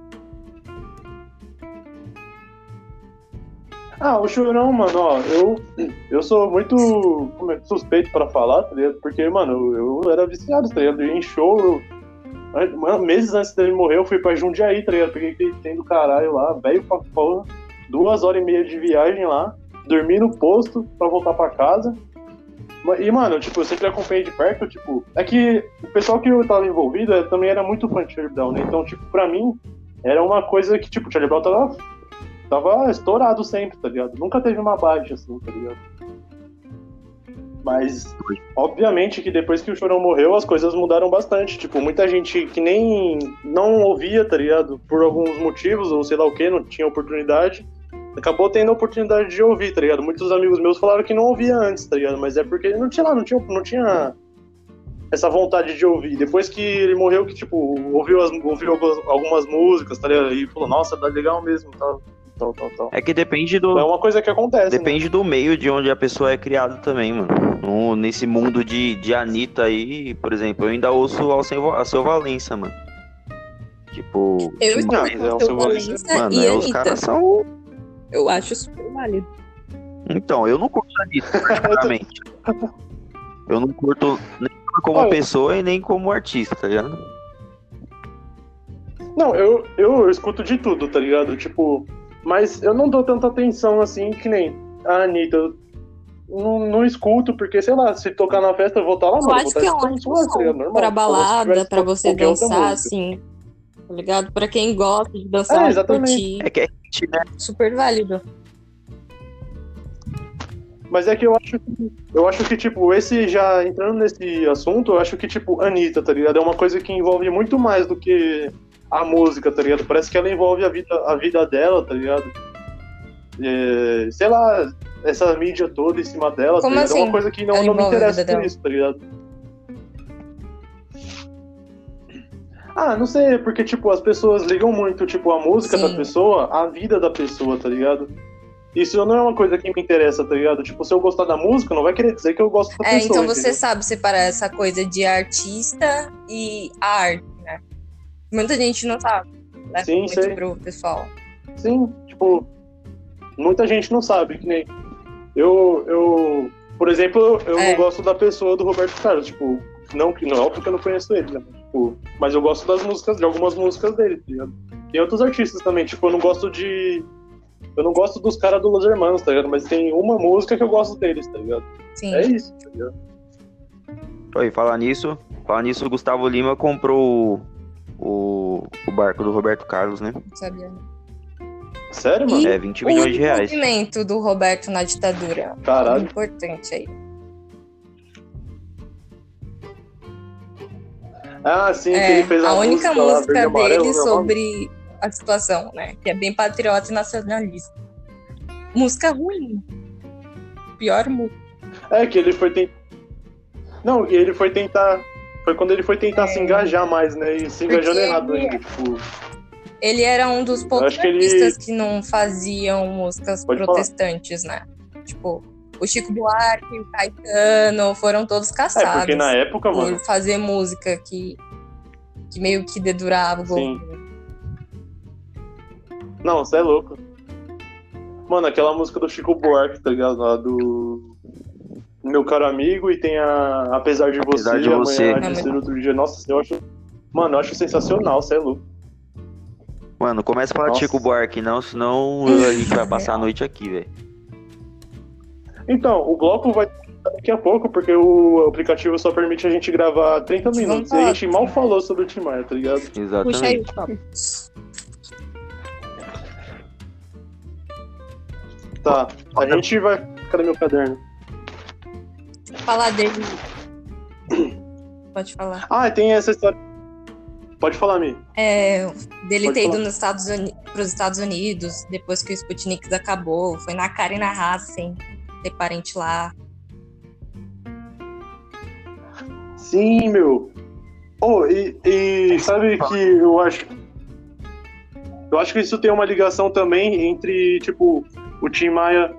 O Chorão, mano, ó, eu sou muito suspeito pra falar, tá ligado? Porque, mano, eu era viciado, tá ligado? Em show, meses antes dele morrer, eu fui pra Jundiaí, tá ligado? Peguei aquele trem do caralho lá, velho pra porra, 2h30 de viagem lá, dormi no posto pra voltar pra casa. E, mano, tipo, eu sempre acompanhei de perto, tipo... É que o pessoal que eu tava envolvido também era muito fã de Charlie Brown, né? Então, tipo, pra mim, era uma coisa que, tipo, Charlie Brown tava estourado sempre, tá ligado? Nunca teve uma baixa, assim, tá ligado? Mas, obviamente, que depois que o Chorão morreu, as coisas mudaram bastante. Tipo, muita gente que nem não ouvia, tá ligado? Por alguns motivos, ou sei lá o que, não tinha oportunidade... Acabou tendo a oportunidade de ouvir, tá ligado? Muitos amigos meus falaram que não ouvia antes, tá ligado? Mas é porque ele não tinha essa vontade de ouvir. Depois que ele morreu, que, tipo, ouviu algumas músicas, tá ligado? E falou, nossa, tá legal mesmo, tal. É que depende do... É uma coisa que acontece, depende, né? Do meio de onde a pessoa é criada também, mano. Nesse mundo de Anitta aí, por exemplo, eu ainda ouço a Seu Valença, mano. Tipo... Eu escuto a Seu Valença mano, e os caras são... Eu acho super válido. Então, eu não curto Anitta, praticamente. Eu não curto nem como pessoa e nem como artista, tá ligado? Não, eu escuto de tudo, tá ligado? Tipo, mas eu não dou tanta atenção assim que nem a Anitta. Eu não escuto, porque, sei lá, se tocar na festa eu vou estar lá, eu acho que é um som pra balada, pra você dançar, assim, tá ligado? Pra quem gosta de dançar, exatamente. É que é hit, né? Super válido. Mas é que eu acho que, tipo, já entrando nesse assunto, eu acho que, tipo, Anitta, tá ligado? É uma coisa que envolve muito mais do que a música, tá ligado? Parece que ela envolve a vida dela, tá ligado? Sei lá, essa mídia toda em cima dela, como tá ligado? assim? É uma coisa que não me interessa por isso, tá ligado? Não sei, porque, tipo, as pessoas ligam muito, tipo, a música da pessoa, a vida da pessoa, tá ligado? Isso não é uma coisa que me interessa, tá ligado? Tipo, se eu gostar da música, não vai querer dizer que eu gosto da pessoa. Então você entendeu? sabe separar essa coisa de artista e arte, né? Muita gente não sabe. Leva Sim, muito sei. pro pessoal. Sim, tipo, muita gente não sabe, que nem... Eu por exemplo, eu não gosto da pessoa do Roberto Carlos, tipo, não porque eu não conheço ele, né? Tipo, mas eu gosto das músicas, de algumas músicas dele, tá ligado? Tem outros artistas também, tipo, eu não gosto dos caras do Los Hermanos, tá ligado? Mas tem uma música que eu gosto deles, tá ligado? Sim. É isso, tá ligado? Oi, falar nisso, o Gustavo Lima comprou o barco do Roberto Carlos, né? Não sabia. Sério, mano? É, 20 milhões de reais. O envolvimento do Roberto na ditadura. Caralho. É importante aí. Sim, que ele fez a única música lá, dele sobre a situação, né? Que é bem patriota e nacionalista. música ruim. Pior música. É que ele foi tentar. Não, ele foi tentar. Foi quando ele foi tentar se engajar mais, né? E se engajando errado ainda, tipo. Ele era um dos poucos artistas que não faziam músicas protestantes, né? Tipo, o Chico Buarque, o Caetano, foram todos caçados. Porque na época, mano, por fazer música que meio que dedurava o governo. Não, você é louco. Mano, aquela música do Chico Buarque, tá ligado? Lá do Meu Caro Amigo, e tem a Apesar de Você, Amanhã de Ser Outro Dia. Nossa, eu acho sensacional, você é louco. Mano, começa a falar de Chico Buarque, não, senão a gente vai passar a noite aqui, velho. Então, o bloco vai daqui a pouco, porque o aplicativo só permite a gente gravar 30 minutos. E a gente mal falou sobre o Tim Maia, tá ligado? Exatamente. Puxa aí o papo. Tá, a gente vai... Cadê meu caderno? Falar dele. Pode falar. Ah, tem essa história. Pode falar, Mi. Dele Pode ter falar. ido pros Estados Unidos, depois que o Sputnik acabou. Foi na cara e na raça, sem ter parente lá. Sim, meu. Oh, e sabe que eu acho que isso tem uma ligação também entre, tipo, o Tim Maia,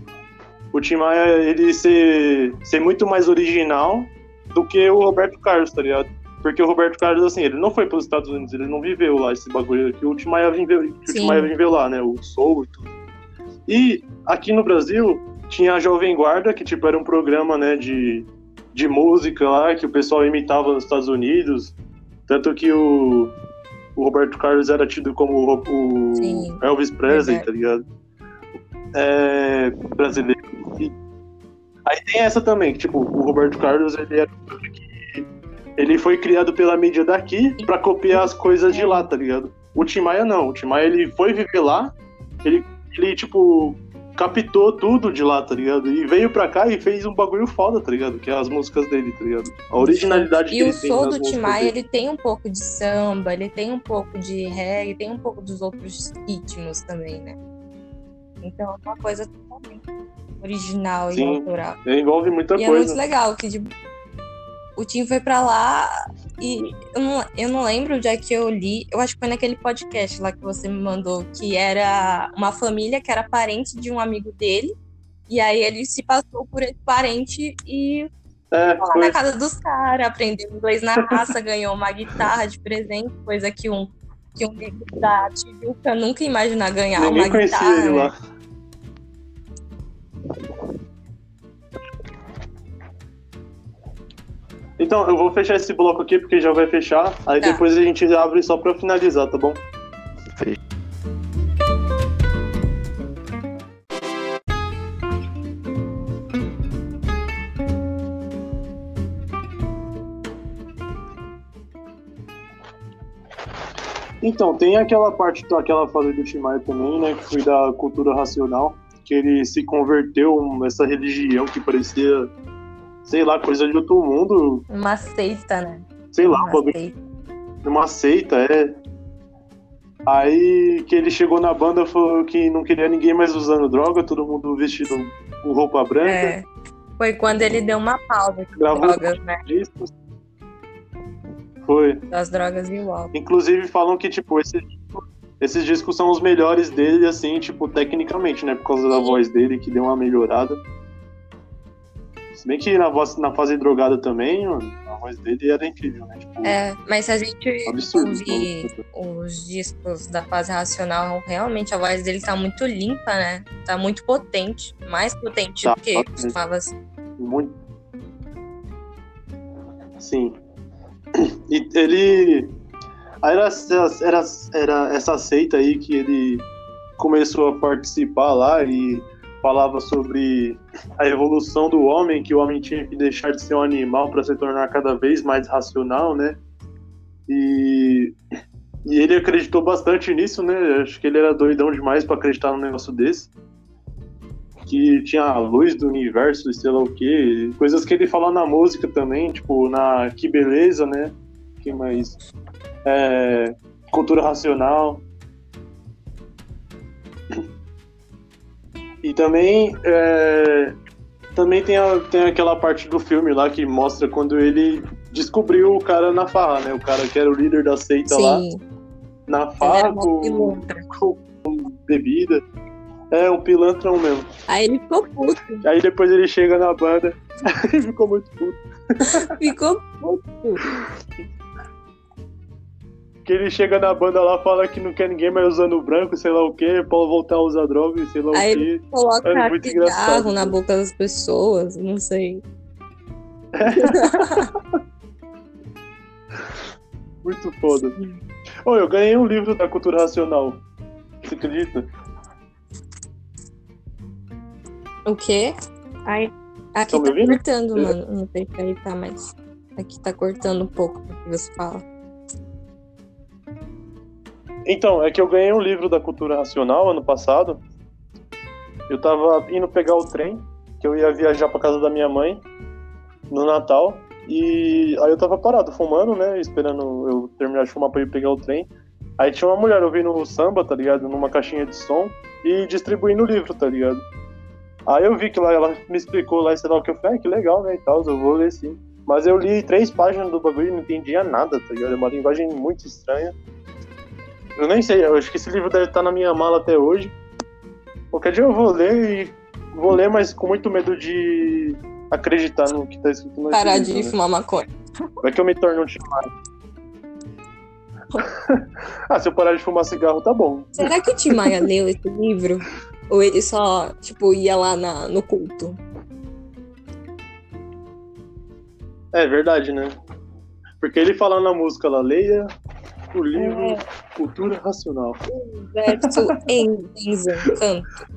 ele ser muito mais original do que o Roberto Carlos, tá ligado? Porque o Roberto Carlos, assim, ele não foi para os Estados Unidos, ele não viveu lá esse bagulho que o Tim Maia viveu lá, né? O soul e tudo. E aqui no Brasil tinha a Jovem Guarda, que tipo era um programa, né, de música lá, que o pessoal imitava nos Estados Unidos. Tanto que o Roberto Carlos era tido como o Elvis Presley, tá ligado? Brasileiro. E aí tem essa também, que tipo, o Roberto Carlos, ele foi criado pela mídia daqui pra copiar as coisas de lá, tá ligado? O Tim Maia não. O Tim Maia, ele foi viver lá, ele tipo, captou tudo de lá, tá ligado? E veio pra cá e fez um bagulho foda, tá ligado? Que é as músicas dele, tá ligado? A originalidade que ele tem. E o som do Tim Maia, ele tem um pouco de samba, ele tem um pouco de reggae, tem um pouco dos outros ritmos também, né? Então é uma coisa totalmente original e autoral. Envolve muita coisa. E é muito legal que o Tim foi pra lá e eu não lembro onde é que eu li. Eu acho que foi naquele podcast lá que você me mandou, que era uma família que era parente de um amigo dele. E aí ele se passou por esse parente e foi lá na casa dos caras, aprendeu inglês na raça, ganhou uma guitarra de presente, coisa que um negro da Tijuca nunca ia imaginar ganhar. Ninguém uma guitarra. Ele lá. Então, eu vou fechar esse bloco aqui, porque já vai fechar. Aí depois a gente abre só pra finalizar, tá bom? Então, tem aquela parte, aquela fase do Tim Maia também, né? Que foi da cultura racional. Que ele se converteu nessa religião que parecia... sei lá, coisa de outro mundo. Uma seita, né? Sei lá, uma seita, Aí que ele chegou na banda, falou que não queria ninguém mais usando droga, todo mundo vestido com roupa branca. Foi quando ele deu uma pausa com drogas, né? Discos. Foi. Das drogas e o álcool. Inclusive falam que, tipo, esses discos são os melhores dele, assim, tipo, tecnicamente, né? Por causa da voz dele, que deu uma melhorada. Se bem que na fase drogada também, mano, a voz dele era incrível, né? Tipo, mas se a gente ouvir os discos da fase racional, realmente a voz dele tá muito limpa, né? Tá muito potente. Mais potente do que costumava ser. Muito. Sim. E ele... Era essa seita aí que ele começou a participar lá e falava sobre a evolução do homem, que o homem tinha que deixar de ser um animal para se tornar cada vez mais racional, né? E ele acreditou bastante nisso, né? Acho que ele era doidão demais para acreditar num negócio desse. Que tinha a luz do universo, sei lá o quê. Coisas que ele fala na música também, tipo, na Que Beleza, né? Que mais? Cultura racional. E também, também tem aquela parte do filme lá que mostra quando ele descobriu o cara na farra, né? O cara que era o líder da seita lá. Na farra com bebida. É, um pilantrão mesmo. Aí ele ficou puto. Aí depois ele chega na banda e ficou muito puto. Ficou puto. Que ele chega na banda lá, fala que não quer ninguém mais usando branco, sei lá o quê, pra voltar a usar droga, sei lá Aí o quê. ele coloca muito cigarro na boca das pessoas, não sei. Muito foda. Ô, eu ganhei um livro da Cultura Racional. Você acredita? O quê? Ai, aqui Tão me tá ouvindo? cortando, mano. Não sei se aí tá, mas aqui tá cortando um pouco o que você fala. Então, é que eu ganhei um livro da Cultura Racional ano passado. Eu tava indo pegar o trem, que eu ia viajar pra casa da minha mãe no Natal. E aí eu tava parado, fumando, né? Esperando eu terminar de fumar pra ir pegar o trem. Aí tinha uma mulher ouvindo o samba, tá ligado? Numa caixinha de som e distribuindo o livro, tá ligado? Aí eu vi que lá ela me explicou lá, sei lá o que eu falei, que legal, né? E tal, eu vou ler sim. Mas eu li 3 páginas do bagulho e não entendia nada, tá ligado? É uma linguagem muito estranha. Eu nem sei, eu acho que esse livro deve estar na minha mala até hoje. Qualquer dia eu vou ler, mas com muito medo de acreditar no que tá escrito no Parar livro, de fumar maconha. Vai que eu me torne um Tim Maia. Se eu parar de fumar cigarro, tá bom. Será que o Tim Maia leu esse livro? Ou ele só, tipo, ia lá no culto? É verdade, né? Porque ele fala na música lá, leia o livro Cultura Racional. Verso em desencanto.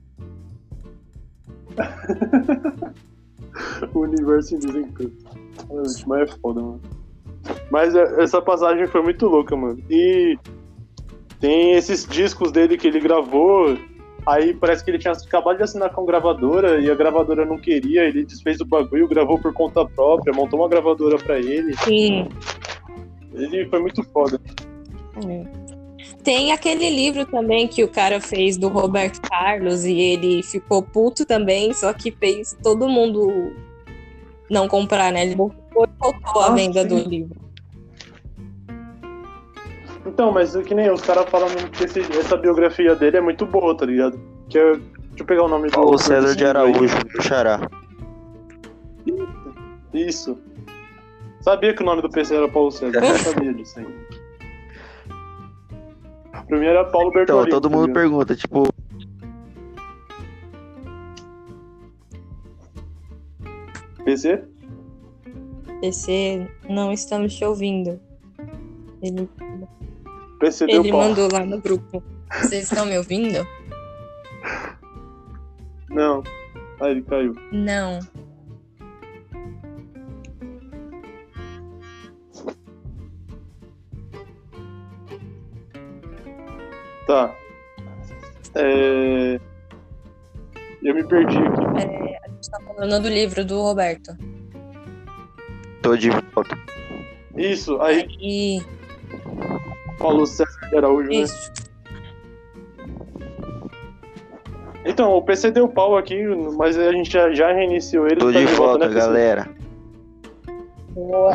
O universo em desencanto. Mas é foda, mano. Mas essa passagem foi muito louca, mano. E tem esses discos dele que ele gravou. Aí parece que ele tinha acabado de assinar com a gravadora e a gravadora não queria. Ele desfez o bagulho, gravou por conta própria, montou uma gravadora pra ele. Sim. Ele foi muito foda. Tem aquele livro também que o cara fez do Roberto Carlos e ele ficou puto também, só que fez todo mundo não comprar, né? Ele voltou a venda do livro. Então, mas que nem os caras falam que essa biografia dele é muito boa, tá ligado? Que é, deixa eu pegar o nome do... Paulo César de Araújo, do Xará. Isso. Sabia que o nome do PC era Paulo César, eu sabia disso aí. Pra mim era Paulo Bertolini. Então, todo mundo pergunta, tipo... PC? PC, não estamos te ouvindo. PC deu Ele pau. mandou lá no grupo. Vocês estão me ouvindo? Não. Ah, ele caiu. Não. Tá. Eu me perdi aqui. A gente tá falando do livro do Roberto. Tô de volta. Isso, aí E Paulo César de Araújo, né? isso. Então, o PC deu pau aqui, mas a gente já reiniciou ele. Tô tá de volta, né, PC? galera. Boa.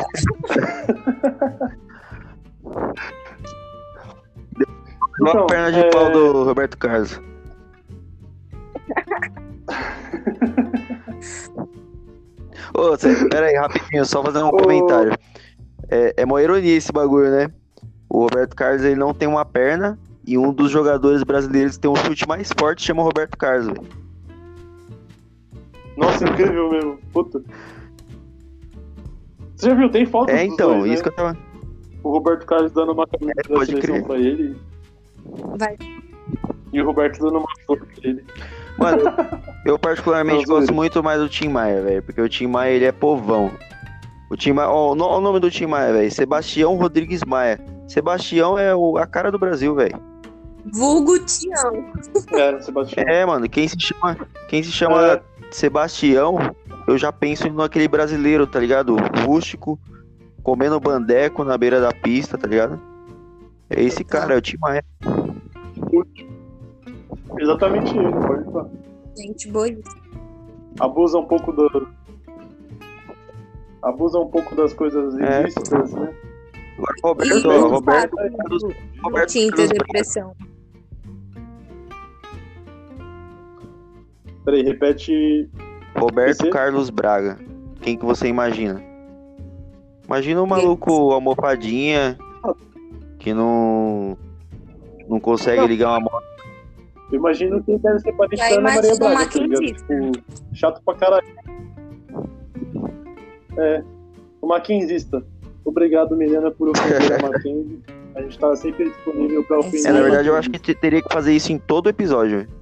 Olha Então, a perna de pau do Roberto Carlos. Ô, pera aí, rapidinho, só fazer um comentário. É uma ironia esse bagulho, né? O Roberto Carlos, ele não tem uma perna e um dos jogadores brasileiros que tem um chute mais forte chama Roberto Carlos, velho. Nossa, incrível mesmo. Puta. Você já viu? Tem foto dos Então, dois, isso né? que eu tava... O Roberto Carlos dando uma camisa da pode seleção crer. pra ele. Vai. E o Roberto dando uma flor pra ele. Mano, eu particularmente Não, gosto zoeira. muito mais do Tim Maia, velho. Porque o Tim Maia, ele é povão. O Tim Maia... Ó, o nome do Tim Maia, velho. Sebastião Rodrigues Maia. Sebastião é a cara do Brasil, velho. Vulgo Tião. Sebastião. Mano, quem se chama Sebastião, eu já penso naquele brasileiro, tá ligado? Rústico, comendo bandeco na beira da pista, tá ligado? É esse cara, é o Tim Maia. Exatamente ele, pode falar. Gente boíssima. Abusa um pouco das coisas ilícitas, né? Agora, Roberto Tinta Carlos depressão. Peraí, repete. Roberto Você? Carlos Braga. Quem que você imagina? Imagina um maluco almofadinha que não consegue ligar uma moto. Eu imagino que deve ser parecido E aí, com a Maria imagina Braga, uma tá ligado? quinzista. Tipo, chato pra caralho. O Mackenzista. Obrigado, Milena, por ofender a Mackenzie. A gente tá sempre disponível pra ofender. Na a verdade, eu Mackenzie. acho que teria que fazer isso em todo episódio. Ofender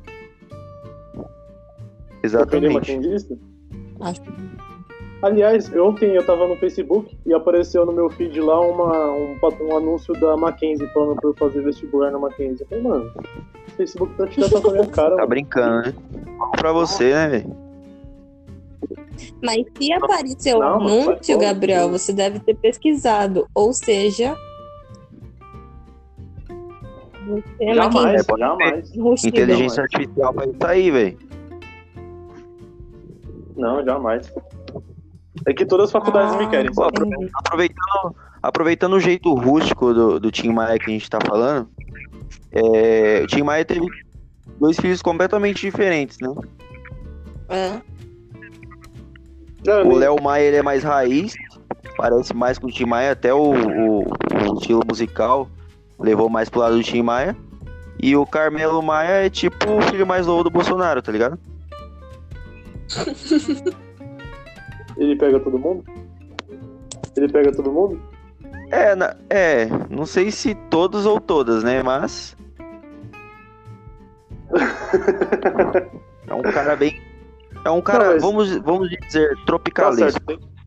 a Exatamente. Mackenzista? Acho. Aliás, ontem eu tava no Facebook e apareceu no meu feed lá um anúncio da Mackenzie falando pra eu fazer vestibular na Mackenzie. Eu falei, mano, o Facebook tá tirando com a minha cara. Tá mano. brincando, né? Bom pra você, né, velho? Mas se apareceu o Não, mas sai anúncio, fora. Gabriel, você deve ter pesquisado. Ou seja, você é Jamais, pode jamais. Inteligência artificial vai sair, velho. Não, jamais. É que todas as faculdades me querem. Pô, sabe? aproveitando o jeito rústico do Tim Maia que a gente tá falando, o Tim Maia teve 2 filhos completamente diferentes, né? O Léo Maia, ele é mais raiz, parece mais com o Tim Maia, até o estilo musical levou mais pro lado do Tim Maia. E o Carmelo Maia é tipo o filho mais novo do Bolsonaro, tá ligado? Ele pega todo mundo? Ele pega todo mundo? Não sei se todos ou todas, né, mas... É um cara bem... É um cara, Não, mas- vamos dizer, Tá tropicalesco. certo.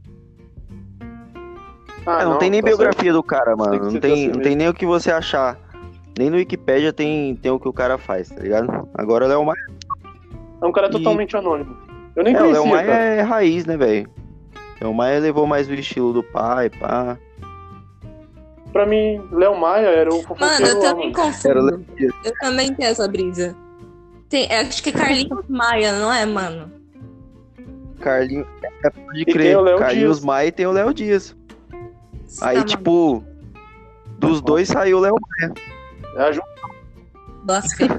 Não tem nem tá biografia do cara, Tem mano. que Não ser tem, assim não mesmo. tem nem o que você achar. Nem no Wikipédia tem o que o cara faz, tá ligado? Agora o Léo Maia... certo. É um cara totalmente anônimo. Eu nem o conhecia, Léo Maia cara. é raiz, né, velho? O Léo Maia levou mais o estilo do pai, pá. Pra mim, Léo Maia era o fofoqueiro Mano, eu lá, também mano. Era o confundo. Léo Dias. Eu também tenho essa brisa. Acho que é Carlinhos Maia, não é, mano? Carlinhos... Pode E tem crer. o Léo Carlinhos Dias. Maia e tem o Léo Dias. Aí, Tá, tipo... Dos dois saiu o Léo Maia. É a Ju- blasfêmia.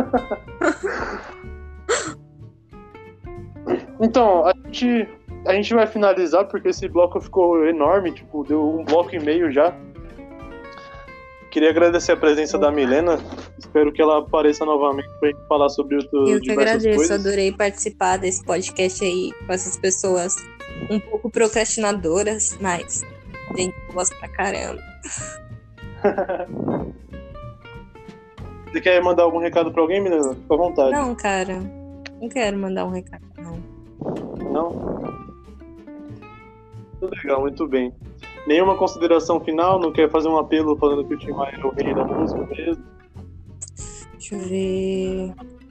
Então, a gente vai finalizar porque esse bloco ficou enorme, tipo, deu 1 bloco e meio já. Queria agradecer a presença da Milena. Espero que ela apareça novamente pra gente falar sobre Eu que diversas agradeço, coisas. adorei participar desse podcast aí com essas pessoas um pouco procrastinadoras, mas gente, eu gosto pra caramba. Você quer mandar algum recado pra alguém, Milena? Fica à vontade. Não, cara, não quero mandar um recado, não. Não? Muito legal, muito bem. Nenhuma consideração final? Não quer fazer um apelo falando que o Tim Maia é o rei da música mesmo? Deixa eu ver.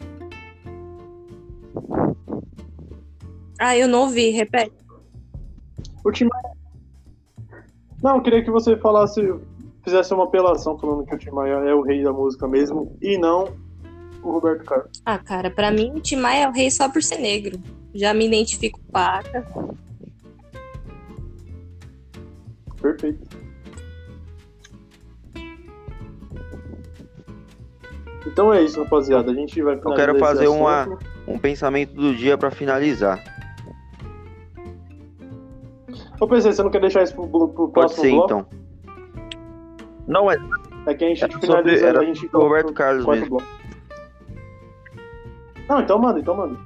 Eu não ouvi, repete. O Tim Maia... Não, eu queria que você fizesse uma apelação falando que o Tim Maia é o rei da música mesmo e não o Roberto Carlos. Cara, pra mim o Tim Maia é o rei só por ser negro. Já me identifico paca. Perfeito. Então é isso, rapaziada. A gente vai Eu finalizar quero esse fazer assunto. um pensamento do dia pra finalizar. Ô, PC, você não quer deixar isso pro Pode próximo ser, bloco? então. Não, mas É que a gente Era finaliza, sobre- era a gente sobre o Roberto Carlos quarto mesmo. bloco. Não, então manda.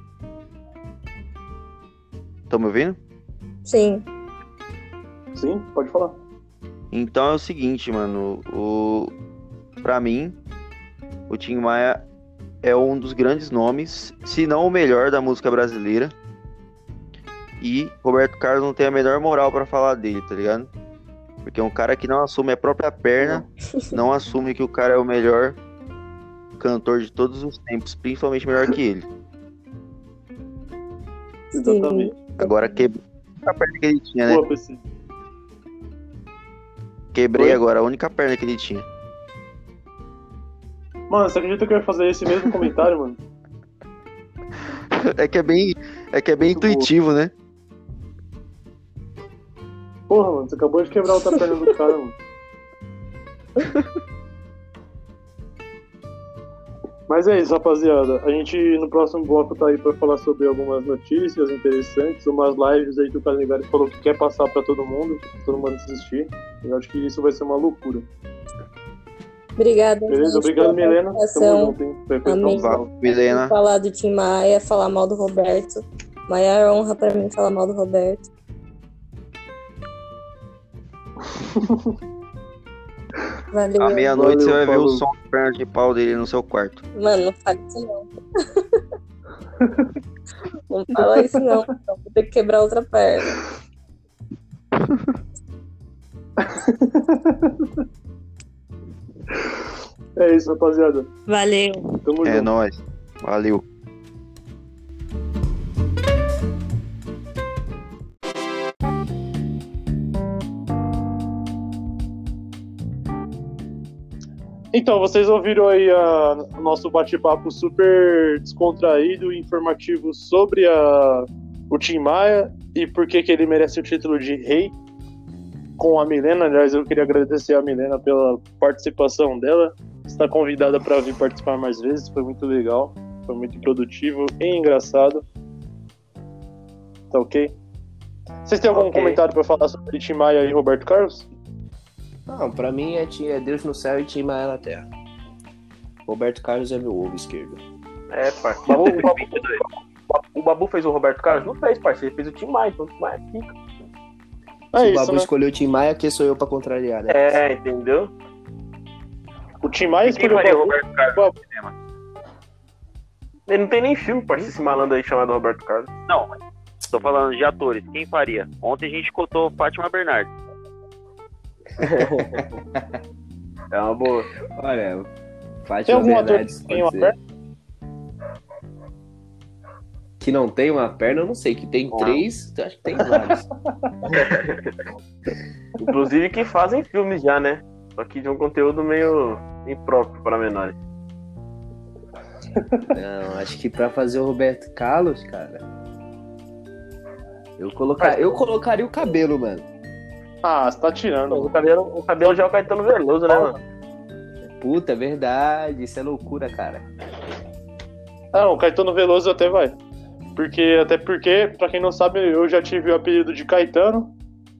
estão me ouvindo? Sim. Sim, pode falar. Então é o seguinte, mano. Pra mim, o Tim Maia é um dos grandes nomes, se não o melhor da música brasileira. E Roberto Carlos não tem a melhor moral pra falar dele, tá ligado? Porque é um cara que não assume a própria perna, não assume que o cara é o melhor cantor de todos os tempos, principalmente melhor que ele. Exatamente. Agora quebrei a perna que ele tinha, né? Boa, PC. Quebrei Oi? agora a única perna que ele tinha. Mano, você acredita que eu ia fazer esse mesmo comentário, mano? É que é bem intuitivo, né? Porra, mano, você acabou de quebrar outra perna do cara, mano. Mas é isso, rapaziada. A gente no próximo bloco tá aí pra falar sobre algumas notícias interessantes, umas lives aí que o Caligari falou que quer passar pra todo mundo assistir. Eu acho que isso vai ser uma loucura. Obrigada. Beleza? Obrigado, Milena. Tamo junto, hein? Milena. Falar do Tim Maia, falar mal do Roberto. Maior honra pra mim falar mal do Roberto. Valeu. À meia-noite você vai ver o som de perna de pau dele no seu quarto. Mano, não fala isso não. Não fala isso não. Vou ter que quebrar outra perna. É isso, rapaziada. Valeu. Tamo junto. Nóis. Valeu. Então, vocês ouviram aí o nosso bate-papo super descontraído e informativo sobre o Tim Maia e por que ele merece o título de rei com a Milena. Aliás, eu queria agradecer a Milena pela participação dela. Está convidada para vir participar mais vezes, foi muito legal, foi muito produtivo e engraçado. Tá ok? Vocês têm algum comentário para falar sobre Tim Maia e Roberto Carlos? Não, pra mim é Deus no céu e Tim Maia na terra. Roberto Carlos é meu ovo esquerdo. É, parça. O Babu fez o Roberto Carlos? Não fez, parceiro. Ele fez o Tim Maia, então o Tim Maia fica. Se o Babu escolheu o Tim Maia, quem sou eu pra contrariar, né? É, entendeu? O Tim Maia escolheu o Roberto Carlos no cinema. Ele não tem nem filme, parceiro, esse malandro aí chamado Roberto Carlos. Não, tô falando de atores. Quem faria? Ontem a gente cotou Fátima Bernardes. É uma boa. Olha, Fátima tem algum Bernardes ator que tem uma perna? Que não tem uma perna, eu não sei. Que tem 3, eu acho que tem vários. Inclusive que fazem filmes já, né? Só que de um conteúdo meio impróprio para menores. Não, acho que pra fazer o Roberto Carlos, cara, eu colocaria o cabelo, mano. Ah, você tá tirando. O cabelo já é o Caetano Veloso, né, mano? Puta, é verdade. Isso é loucura, cara. Não, o Caetano Veloso até vai. Até porque, pra quem não sabe, eu já tive o apelido de Caetano.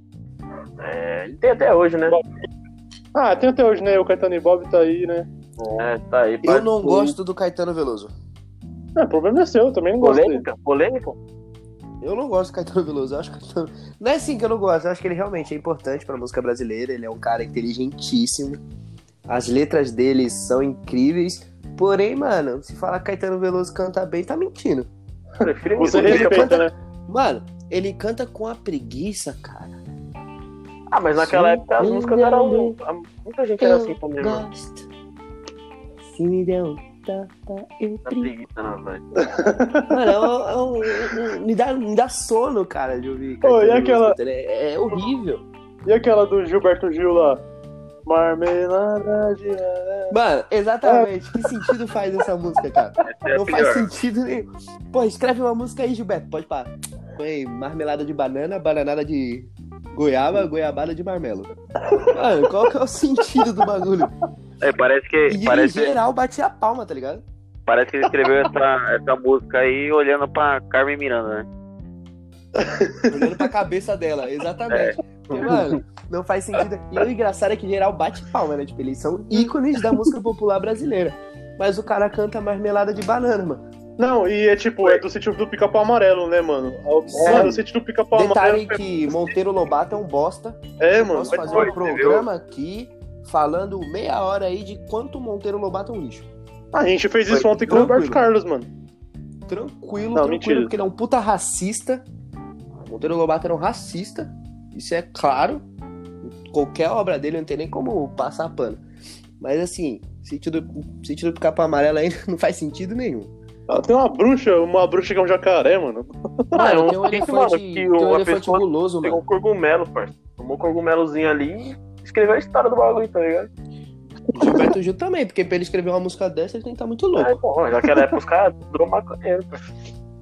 É, tem até hoje, né? Ah, tem até hoje, né? O Caetano e Bob tá aí, né? É, tá aí. Eu não gosto do Caetano Veloso. O problema é seu, eu também não gosto dele. Polêmica? Eu não gosto do Caetano Veloso. Eu acho que não é assim que eu não gosto. Eu acho que ele realmente é importante pra música brasileira. Ele é um cara inteligentíssimo. As letras dele são incríveis. Porém, mano, se falar que Caetano Veloso canta bem, tá mentindo. Você respeita, né? Mano, ele canta com a preguiça, cara. Ah, mas naquela época as músicas eram... Muita gente era assim também, mano. Se me der um tapa, eu preguiça, não, velho. Mano, me dá sono, cara, de ouvir. E aquela... É horrível. E aquela do Gilberto Gil lá? Marmelada de... Mano, exatamente. Que sentido faz essa música, cara? Não faz sentido nenhum. Pô, escreve uma música aí, Gilberto. Pode parar. Põe marmelada de banana, bananada de goiaba, goiabada de marmelo. Mano, qual que é o sentido do bagulho? Parece que... Em geral, batia a palma, tá ligado? Parece que ele escreveu essa música aí olhando pra Carmen Miranda, né? Olhando pra cabeça dela, exatamente. Porque, mano, não faz sentido. E o engraçado é que geral bate palma, né? Tipo, eles são ícones da música popular brasileira. Mas o cara canta marmelada de banana, mano. Não, e é tipo, é do sítio do Pica-Pau Amarelo, né, mano? É do sítio do Pica-Pau Amarelo. Detalhe que Monteiro Lobato é um bosta. É, mano. Posso fazer um programa aqui falando meia hora aí de quanto Monteiro Lobato é um lixo. A gente fez isso ontem com o Roberto Carlos, mano. Tranquilo, mentira. porque ele é um puta racista. Monteiro Lobato era um racista. Isso é claro. Qualquer obra dele não tem nem como passar pano. Mas assim, sítio do Pica-Pau Amarelo aí não faz sentido nenhum. Tem uma bruxa que é um jacaré, mano. Mano, tem um elefante guloso, mano. Tem um cogumelo, parceiro. Tomou um cogumelozinho ali e escreveu a história do bagulho, tá ligado? O Gilberto Gil também, porque pra ele escrever uma música dessa, ele tem que estar muito louco. Naquela época os caras durou maconheiro, cara.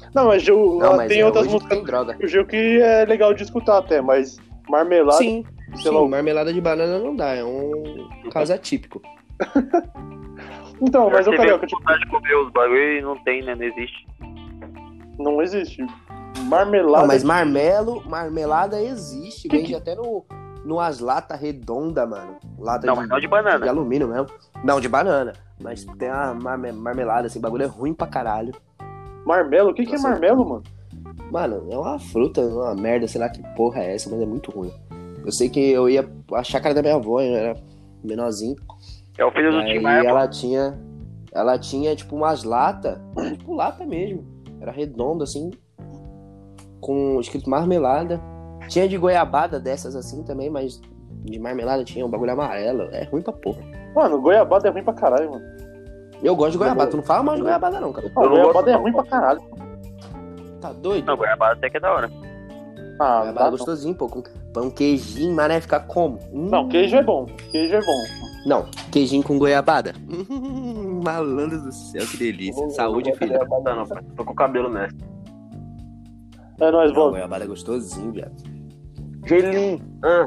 Não, mas tem outras hoje músicas tem droga. do Gil que é legal de escutar até, mas Marmelada... Sim, sei lá. marmelada de banana não dá, é um caso atípico. Então, mas eu quero Carioca, vontade de comer os bagulho e não tem, né? Não existe. não existe. Marmelada... Não, mas marmelada existe, vende até numas latas redondas, mano. Lata Não, mas não de banana. De alumínio mesmo. Não, de banana. Mas tem uma marmelada, assim, bagulho é ruim pra caralho. Marmelo? O que é Nossa, marmelo, mano? Mano, é uma fruta, uma merda, sei lá que porra é essa, mas é muito ruim. Eu sei que eu ia a chácara da minha avó, eu era menorzinho. É o filho do Aí Tim Maia. ela tinha tipo umas latas, tipo lata mesmo. Era redondo assim, com escrito marmelada. Tinha de goiabada dessas assim também, mas de marmelada tinha um bagulho amarelo. É ruim pra porra. Mano, goiabada é ruim pra caralho, mano. Eu gosto de goiabada, tu não fala mais de goiabada não, cara. Não, goiabada é ruim pra caralho. Tá doido? Não, goiabada até que é da hora. Ah, Goiabada tá, gostosinho, pô. Com pão, queijinho, mas né, ficar como? não, queijo é bom. Queijo é bom. Não, queijinho com goiabada. Malandro do céu, que delícia. Saúde, filho. Não, pai. Tô com o cabelo nessa. É nóis, Não, vó. goiabada é gostosinho, viado. Gelinho.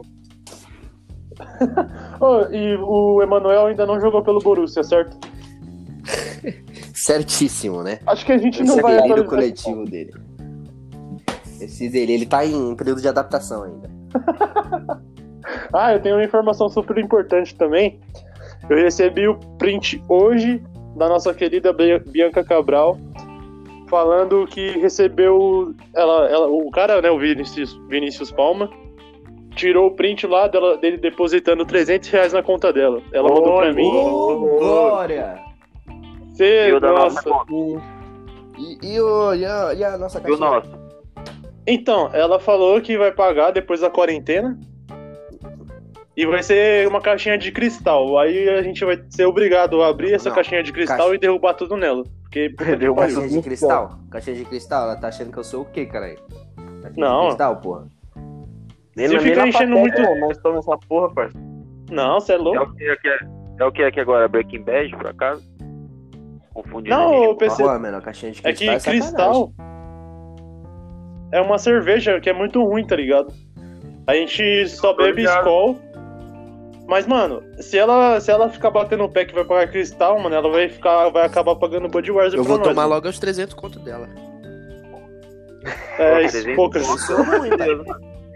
E o Emanuel ainda não jogou pelo Borussia, certo? Certíssimo, né? Acho que a gente Esse não vai delírio atualizar. coletivo dele. Esse delírio, ele tá em período de adaptação ainda. Eu tenho uma informação super importante também. Eu recebi o print hoje da nossa querida Bianca Cabral falando que recebeu o cara, né, o Vinícius Palma, tirou o print lá dele depositando R$300 na conta dela. Ela mandou pra mim. Glória! Nossa. E a nossa E o caixinha? nosso? Então, ela falou que vai pagar depois da quarentena. E vai ser uma caixinha de cristal. Aí a gente vai ser obrigado a abrir essa caixinha de cristal e derrubar tudo nela. Porque Caixinha de cristal? Caixinha de cristal? Ela tá achando que eu sou o quê, caralho? Caixinha Não. de cristal, porra. Se ficar enchendo muito. Nós estamos nessa porra, parceiro. Não, você é É louco. o que é aqui agora? Breaking Bad, por acaso? Confundindo. Não, a gente eu com pensei. Pô, mano, a caixinha de É cristal que cristal é uma cerveja que é muito ruim, tá ligado? A gente só bebe Skol. Mas, mano, se ela ficar batendo o pé que vai pagar cristal, mano, ela vai acabar pagando Budweiser Eu pra vou nós. tomar né? logo os 300 conto dela. Poucas. Sou ruim, velho.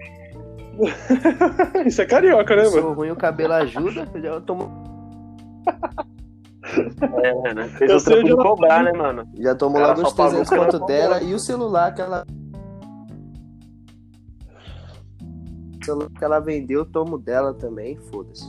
Isso é carioca, né, mano? Sou ruim, o cabelo ajuda. Eu já tomo, Né? Fez Eu o sei trampo onde de ela cobrar, né, mano? já tomo Cara, logo só os 300 pagou conto pela dela porra. e o celular que ela... O celular que ela vendeu, eu tomo dela também, foda-se.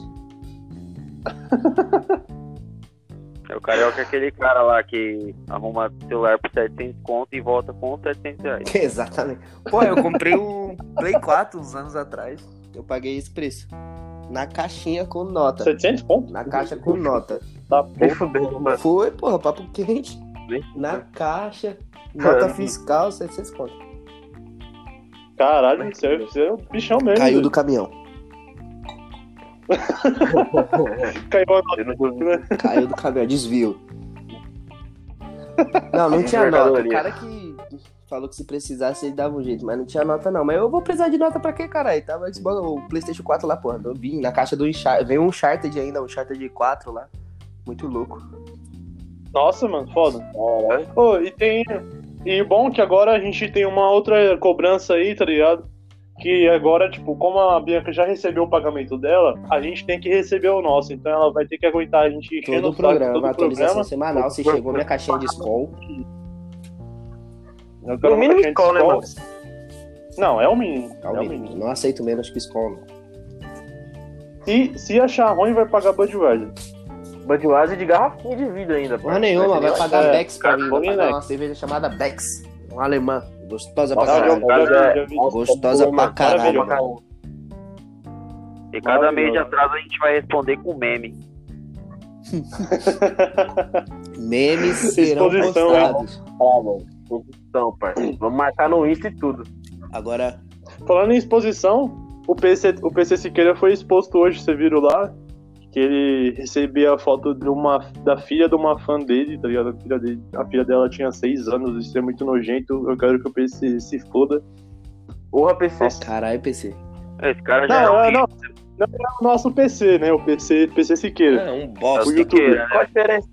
É o Carioca é aquele cara lá que arruma celular por 700 conto e volta com R$700. Exatamente. Pô, eu comprei um Play 4 uns anos atrás. Eu paguei esse preço. Na caixinha com nota. 700 pontos? Na caixa com nota. Tá, Nem porra. fudeu, mano. Foi, porra, papo quente. Nem Na caixa, nota fiscal, 700 conto. Caralho, você é um bichão mesmo. Caiu velho. do caminhão. Caiu a nota. Eu não duvido. Caiu do caminhão, desvio. Não tinha nota. O cara que falou que se precisasse ele dava um jeito, mas não tinha nota não. Mas eu vou precisar de nota pra quê, caralho? Tava o PlayStation 4 lá, porra. Eu vim na caixa do Uncharted. Veio um Uncharted ainda, um Uncharted 4 lá. Muito louco. Nossa, mano, foda. Pô, e bom que agora a gente tem uma outra cobrança aí, tá ligado? Que agora, tipo, como a Bianca já recebeu o pagamento dela, a gente tem que receber o nosso. Então ela vai ter que aguentar a gente enchendo Todo o o saco programa, todo o atualização programa. semanal. Se chegou minha caixinha de Skol. Eu quero No mínimo uma caixinha de Skol, né, Skol. mano? Não, é o mínimo. É o mínimo. Não aceito menos que Skol, não. Se achar ruim, vai pagar Budweiser. Budweiser de garrafinha de vidro ainda. Porra nenhuma, vai pagar É, Bex pra mim. Vai Carbono, pagar né? uma cerveja chamada Bex. Um alemã. Gostosa pra Nossa, caralho. já vi. Gostosa pra caralho. Maravilhoso. E cada mês de Maravilhoso. atraso a gente vai responder com meme. Memes serão Exposição, hein? postados. Então, parceiro. Vamos marcar no Insta e tudo. Agora, Falando em exposição, o PC Siqueira foi exposto hoje, você viram lá? que ele recebia a foto da filha de uma fã dele, tá ligado? A filha dela tinha 6 anos, isso é muito nojento, eu quero que o PC se foda. Porra, PC. Nossa, caralho, PC. Esse cara já Não é o nosso PC, né? O PC Siqueira. É um bosta. O YouTube. Qual a diferença?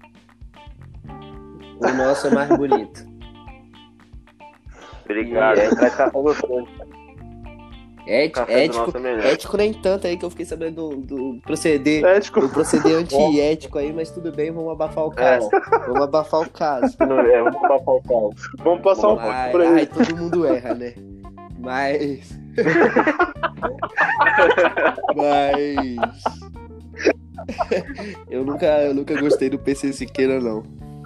O nosso é mais bonito. Obrigado. Vai ficar com gostoso. Ético, nosso é melhor. ético nem tanto aí que eu fiquei sabendo do proceder. Ético. Do proceder antiético aí, mas tudo bem, vamos abafar o caso. Vamos abafar o caso. Vamos abafar o caso. Vamos passar um pouco por aí. Ai, todo mundo erra, né? Mas. eu nunca gostei do PC Siqueira, não.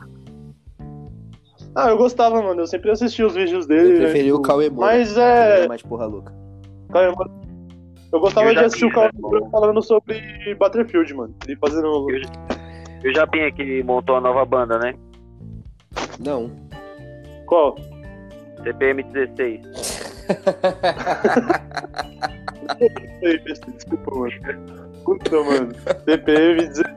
Eu gostava, mano. Eu sempre assisti os vídeos dele. Eu preferi o Cauê Moura. Mas é. Mais porra louca. Cauê Moura. Eu gostava de assistir o Cauê Moura falando sobre Battlefield, mano. Ele fazendo. E o Japinha que montou a nova banda, né? Não. Qual? CPM 16. Desculpa, mano. Puta, mano. CPM 16.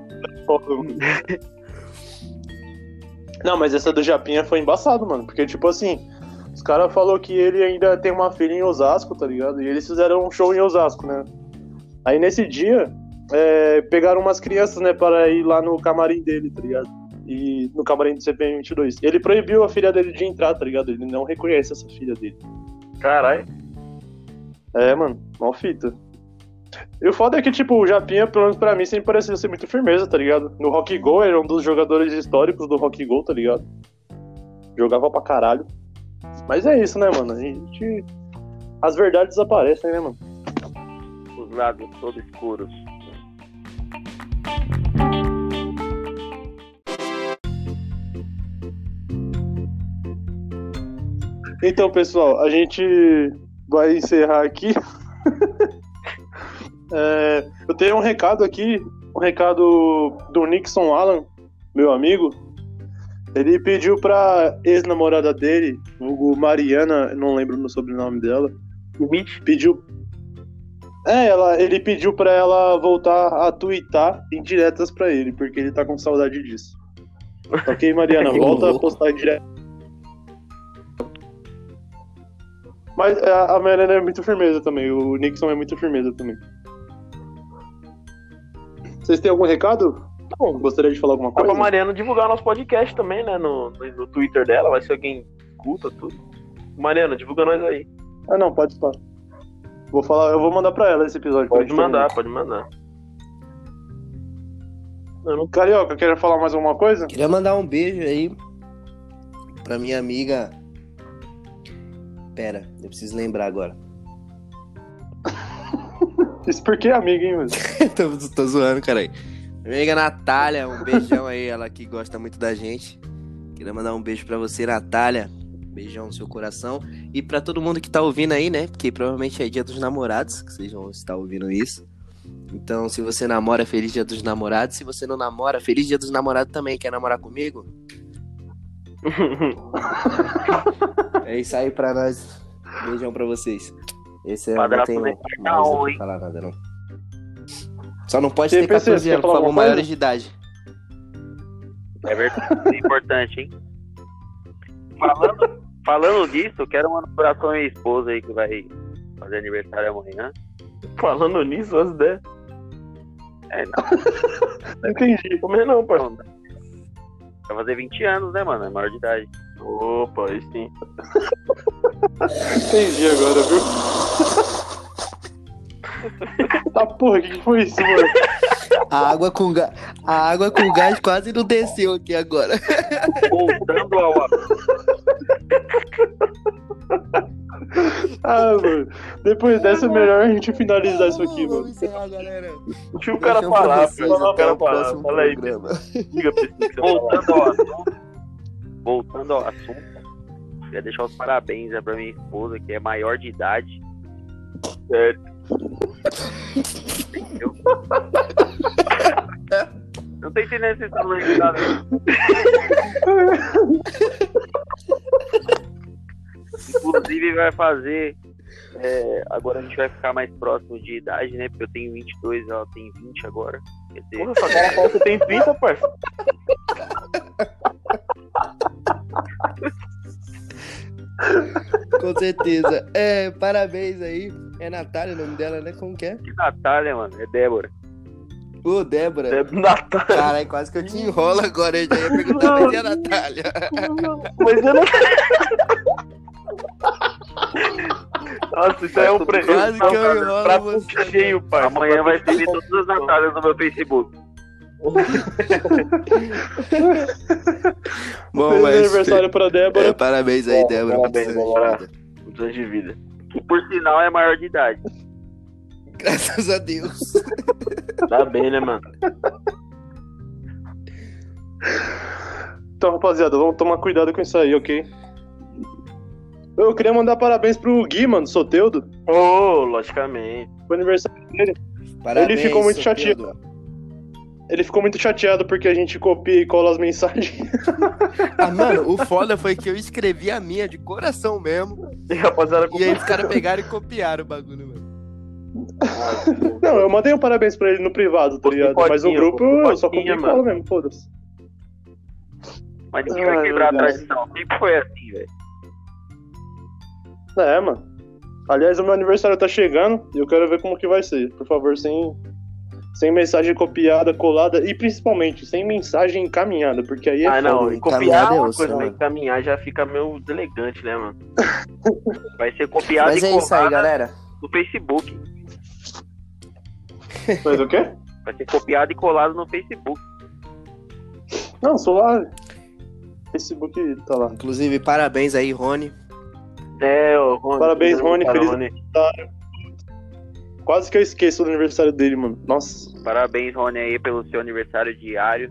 Não, mas essa do Japinha foi embaçado, mano. Porque, tipo assim, os caras falaram que ele ainda tem uma filha em Osasco, tá ligado? E eles fizeram um show em Osasco, né? Aí nesse dia, pegaram umas crianças, né, para ir lá no camarim dele, tá ligado? E no camarim do CPM 22. Ele proibiu a filha dele de entrar, tá ligado? Ele não reconhece essa filha dele. Caralho. Mano, mal fita. E o foda é que, tipo, o Japinha, pelo menos pra mim, sempre pareceu ser muito firmeza, tá ligado? No Rock Go, ele era um dos jogadores históricos do Rock Go, tá ligado? Jogava pra caralho. Mas é isso, né, mano? As verdades aparecem, né, mano? Os lados todos escuros. Então, pessoal, a gente vai encerrar aqui. Eu tenho um recado aqui, um recado do Nixon Alan, meu amigo. Ele pediu pra ex-namorada dele, vulgo Mariana, não lembro no sobrenome dela. Pediu. Ele pediu pra ela voltar a twittar indiretas pra ele, porque ele tá com saudade disso. Ok, Mariana, volta a postar indiretas. Mas a Mariana é muito firmeza também, o Nixon é muito firmeza também. Vocês têm algum recado? Não. Gostaria de falar alguma coisa? Pra Mariana divulgar nosso podcast também, né? No Twitter dela, vai ser alguém escuta tudo. Mariana, divulga nós aí. Não, pode falar. Eu vou mandar pra ela esse episódio. Pode mandar. Carioca, quer falar mais alguma coisa? Queria mandar um beijo aí pra minha amiga. Pera, eu preciso lembrar agora. Isso porque é amiga, hein, mano? tô zoando, caralho. Minha amiga Natália, um beijão aí, ela que gosta muito da gente. Queria mandar um beijo pra você, Natália. Beijão no seu coração. E pra todo mundo que tá ouvindo aí, né? Porque provavelmente é dia dos namorados, que vocês vão estar ouvindo isso. Então, se você namora, feliz dia dos namorados. Se você não namora, feliz dia dos namorados também. Quer namorar comigo? É isso aí pra nós. Beijão pra vocês. Esse não tem mais pra falar nada, não. Só não pode ter 14 anos, por favor, maiores de idade. É verdade, é importante, hein? Falando disso, eu quero mandar um abraço pra minha esposa aí que vai fazer aniversário amanhã. Falando nisso, as ideias. Não entendi. Como não, parceiro? Vai fazer 20 anos, né, mano? É maior de idade. Opa, aí sim. Entendi agora, viu? Tá porra, o que foi isso, mano? A água com gás quase não desceu aqui agora. Voltando ao mano. Depois dessa é melhor a gente finalizar isso aqui, mano. Vamos encerrar, galera. Deixa o cara falar, Fala aí, diga pra Voltando ao assunto, queria deixar os parabéns pra minha esposa, que é maior de idade. Certo. Entendeu? Não tô entendendo se vocês estão lembrando. Inclusive vai fazer. Agora a gente vai ficar mais próximo de idade, né? Porque eu tenho 22, ela tem 20 agora. Porra, sua cara fala que tem 30, parça. Com certeza. Parabéns aí. É Natália o nome dela, né? Como que é? Que Natália, mano. É Débora. Ô, Débora. Natália. Caralho, quase que eu te enrolo agora. Eu já ia perguntar, mas e a Natália? Mas eu não... Nossa, isso aí é um presente. Quase que eu enrolo prato você. cheio, pai. Amanhã vai ter todas as Natálias no meu Facebook. Bom, Feliz mas... aniversário pra Débora. Parabéns aí, Débora. Parabéns, Muitos anos de Débora. vida. Muitos anos de vida. Que por sinal é maior de idade. Graças a Deus. Tá bem, né, mano? Então, rapaziada, vamos tomar cuidado com isso aí, ok? Eu queria mandar parabéns pro Gui, mano, Soteldo. Logicamente. Foi aniversário dele. Parabéns, Ele ficou muito Soteldo. chateado. Ele ficou muito chateado porque a gente copia e cola as mensagens. Mano, o foda foi que eu escrevi a minha de coração mesmo. E rapaziada, E aí os caras pegaram e copiaram o bagulho, mano. Não, eu mandei um parabéns pra ele no privado, tá ligado? Mas no grupo eu só copio e colo mesmo, foda-se. Mas ninguém vai quebrar a tradição. Sempre foi assim, velho. É, mano. Aliás, o meu aniversário tá chegando e eu quero ver como que vai ser. Por favor, sem mensagem copiada, colada e principalmente sem mensagem encaminhada, porque aí é não, foda. e copiar é uma Deus, coisa, mano. mas encaminhar já fica meio deselegante, né, mano? Vai ser copiado Mas e é isso aí, colado galera. no Facebook. Mas o quê? Vai ser copiado e colado no Facebook. Não, sou lá. Facebook tá lá. Inclusive, parabéns aí, Rony. O Rony. Parabéns, Rony, Cara, feliz Quase que eu esqueço do aniversário dele, mano. Nossa. Parabéns, Rony, aí, pelo seu aniversário diário.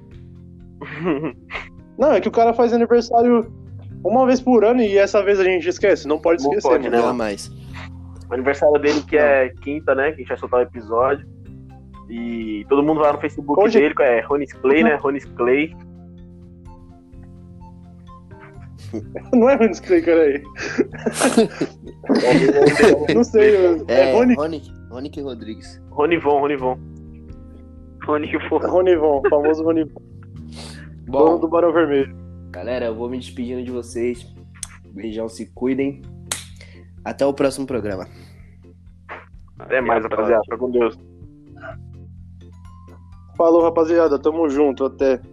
Não, é que o cara faz aniversário uma vez por ano e essa vez a gente esquece. Não pode Não esquecer, pode, mano. né? Não há mais. O aniversário dele que é quinta, né? Que a gente vai soltar o episódio. E todo mundo vai lá no Facebook Hoje- dele, que é Ronis Clay, né? Ronis Clay. Não é Rony Clay, cara aí. Não sei, mano. É Rony Rony Rodrigues. Ronivon. Rony que for. Von, famoso Rony Von. Dono do Barão Vermelho. Galera, eu vou me despedindo de vocês. Beijão, se cuidem. Até o próximo programa. Até mais, rapaziada. Fica com Deus. Falou, rapaziada. Tamo junto. Até.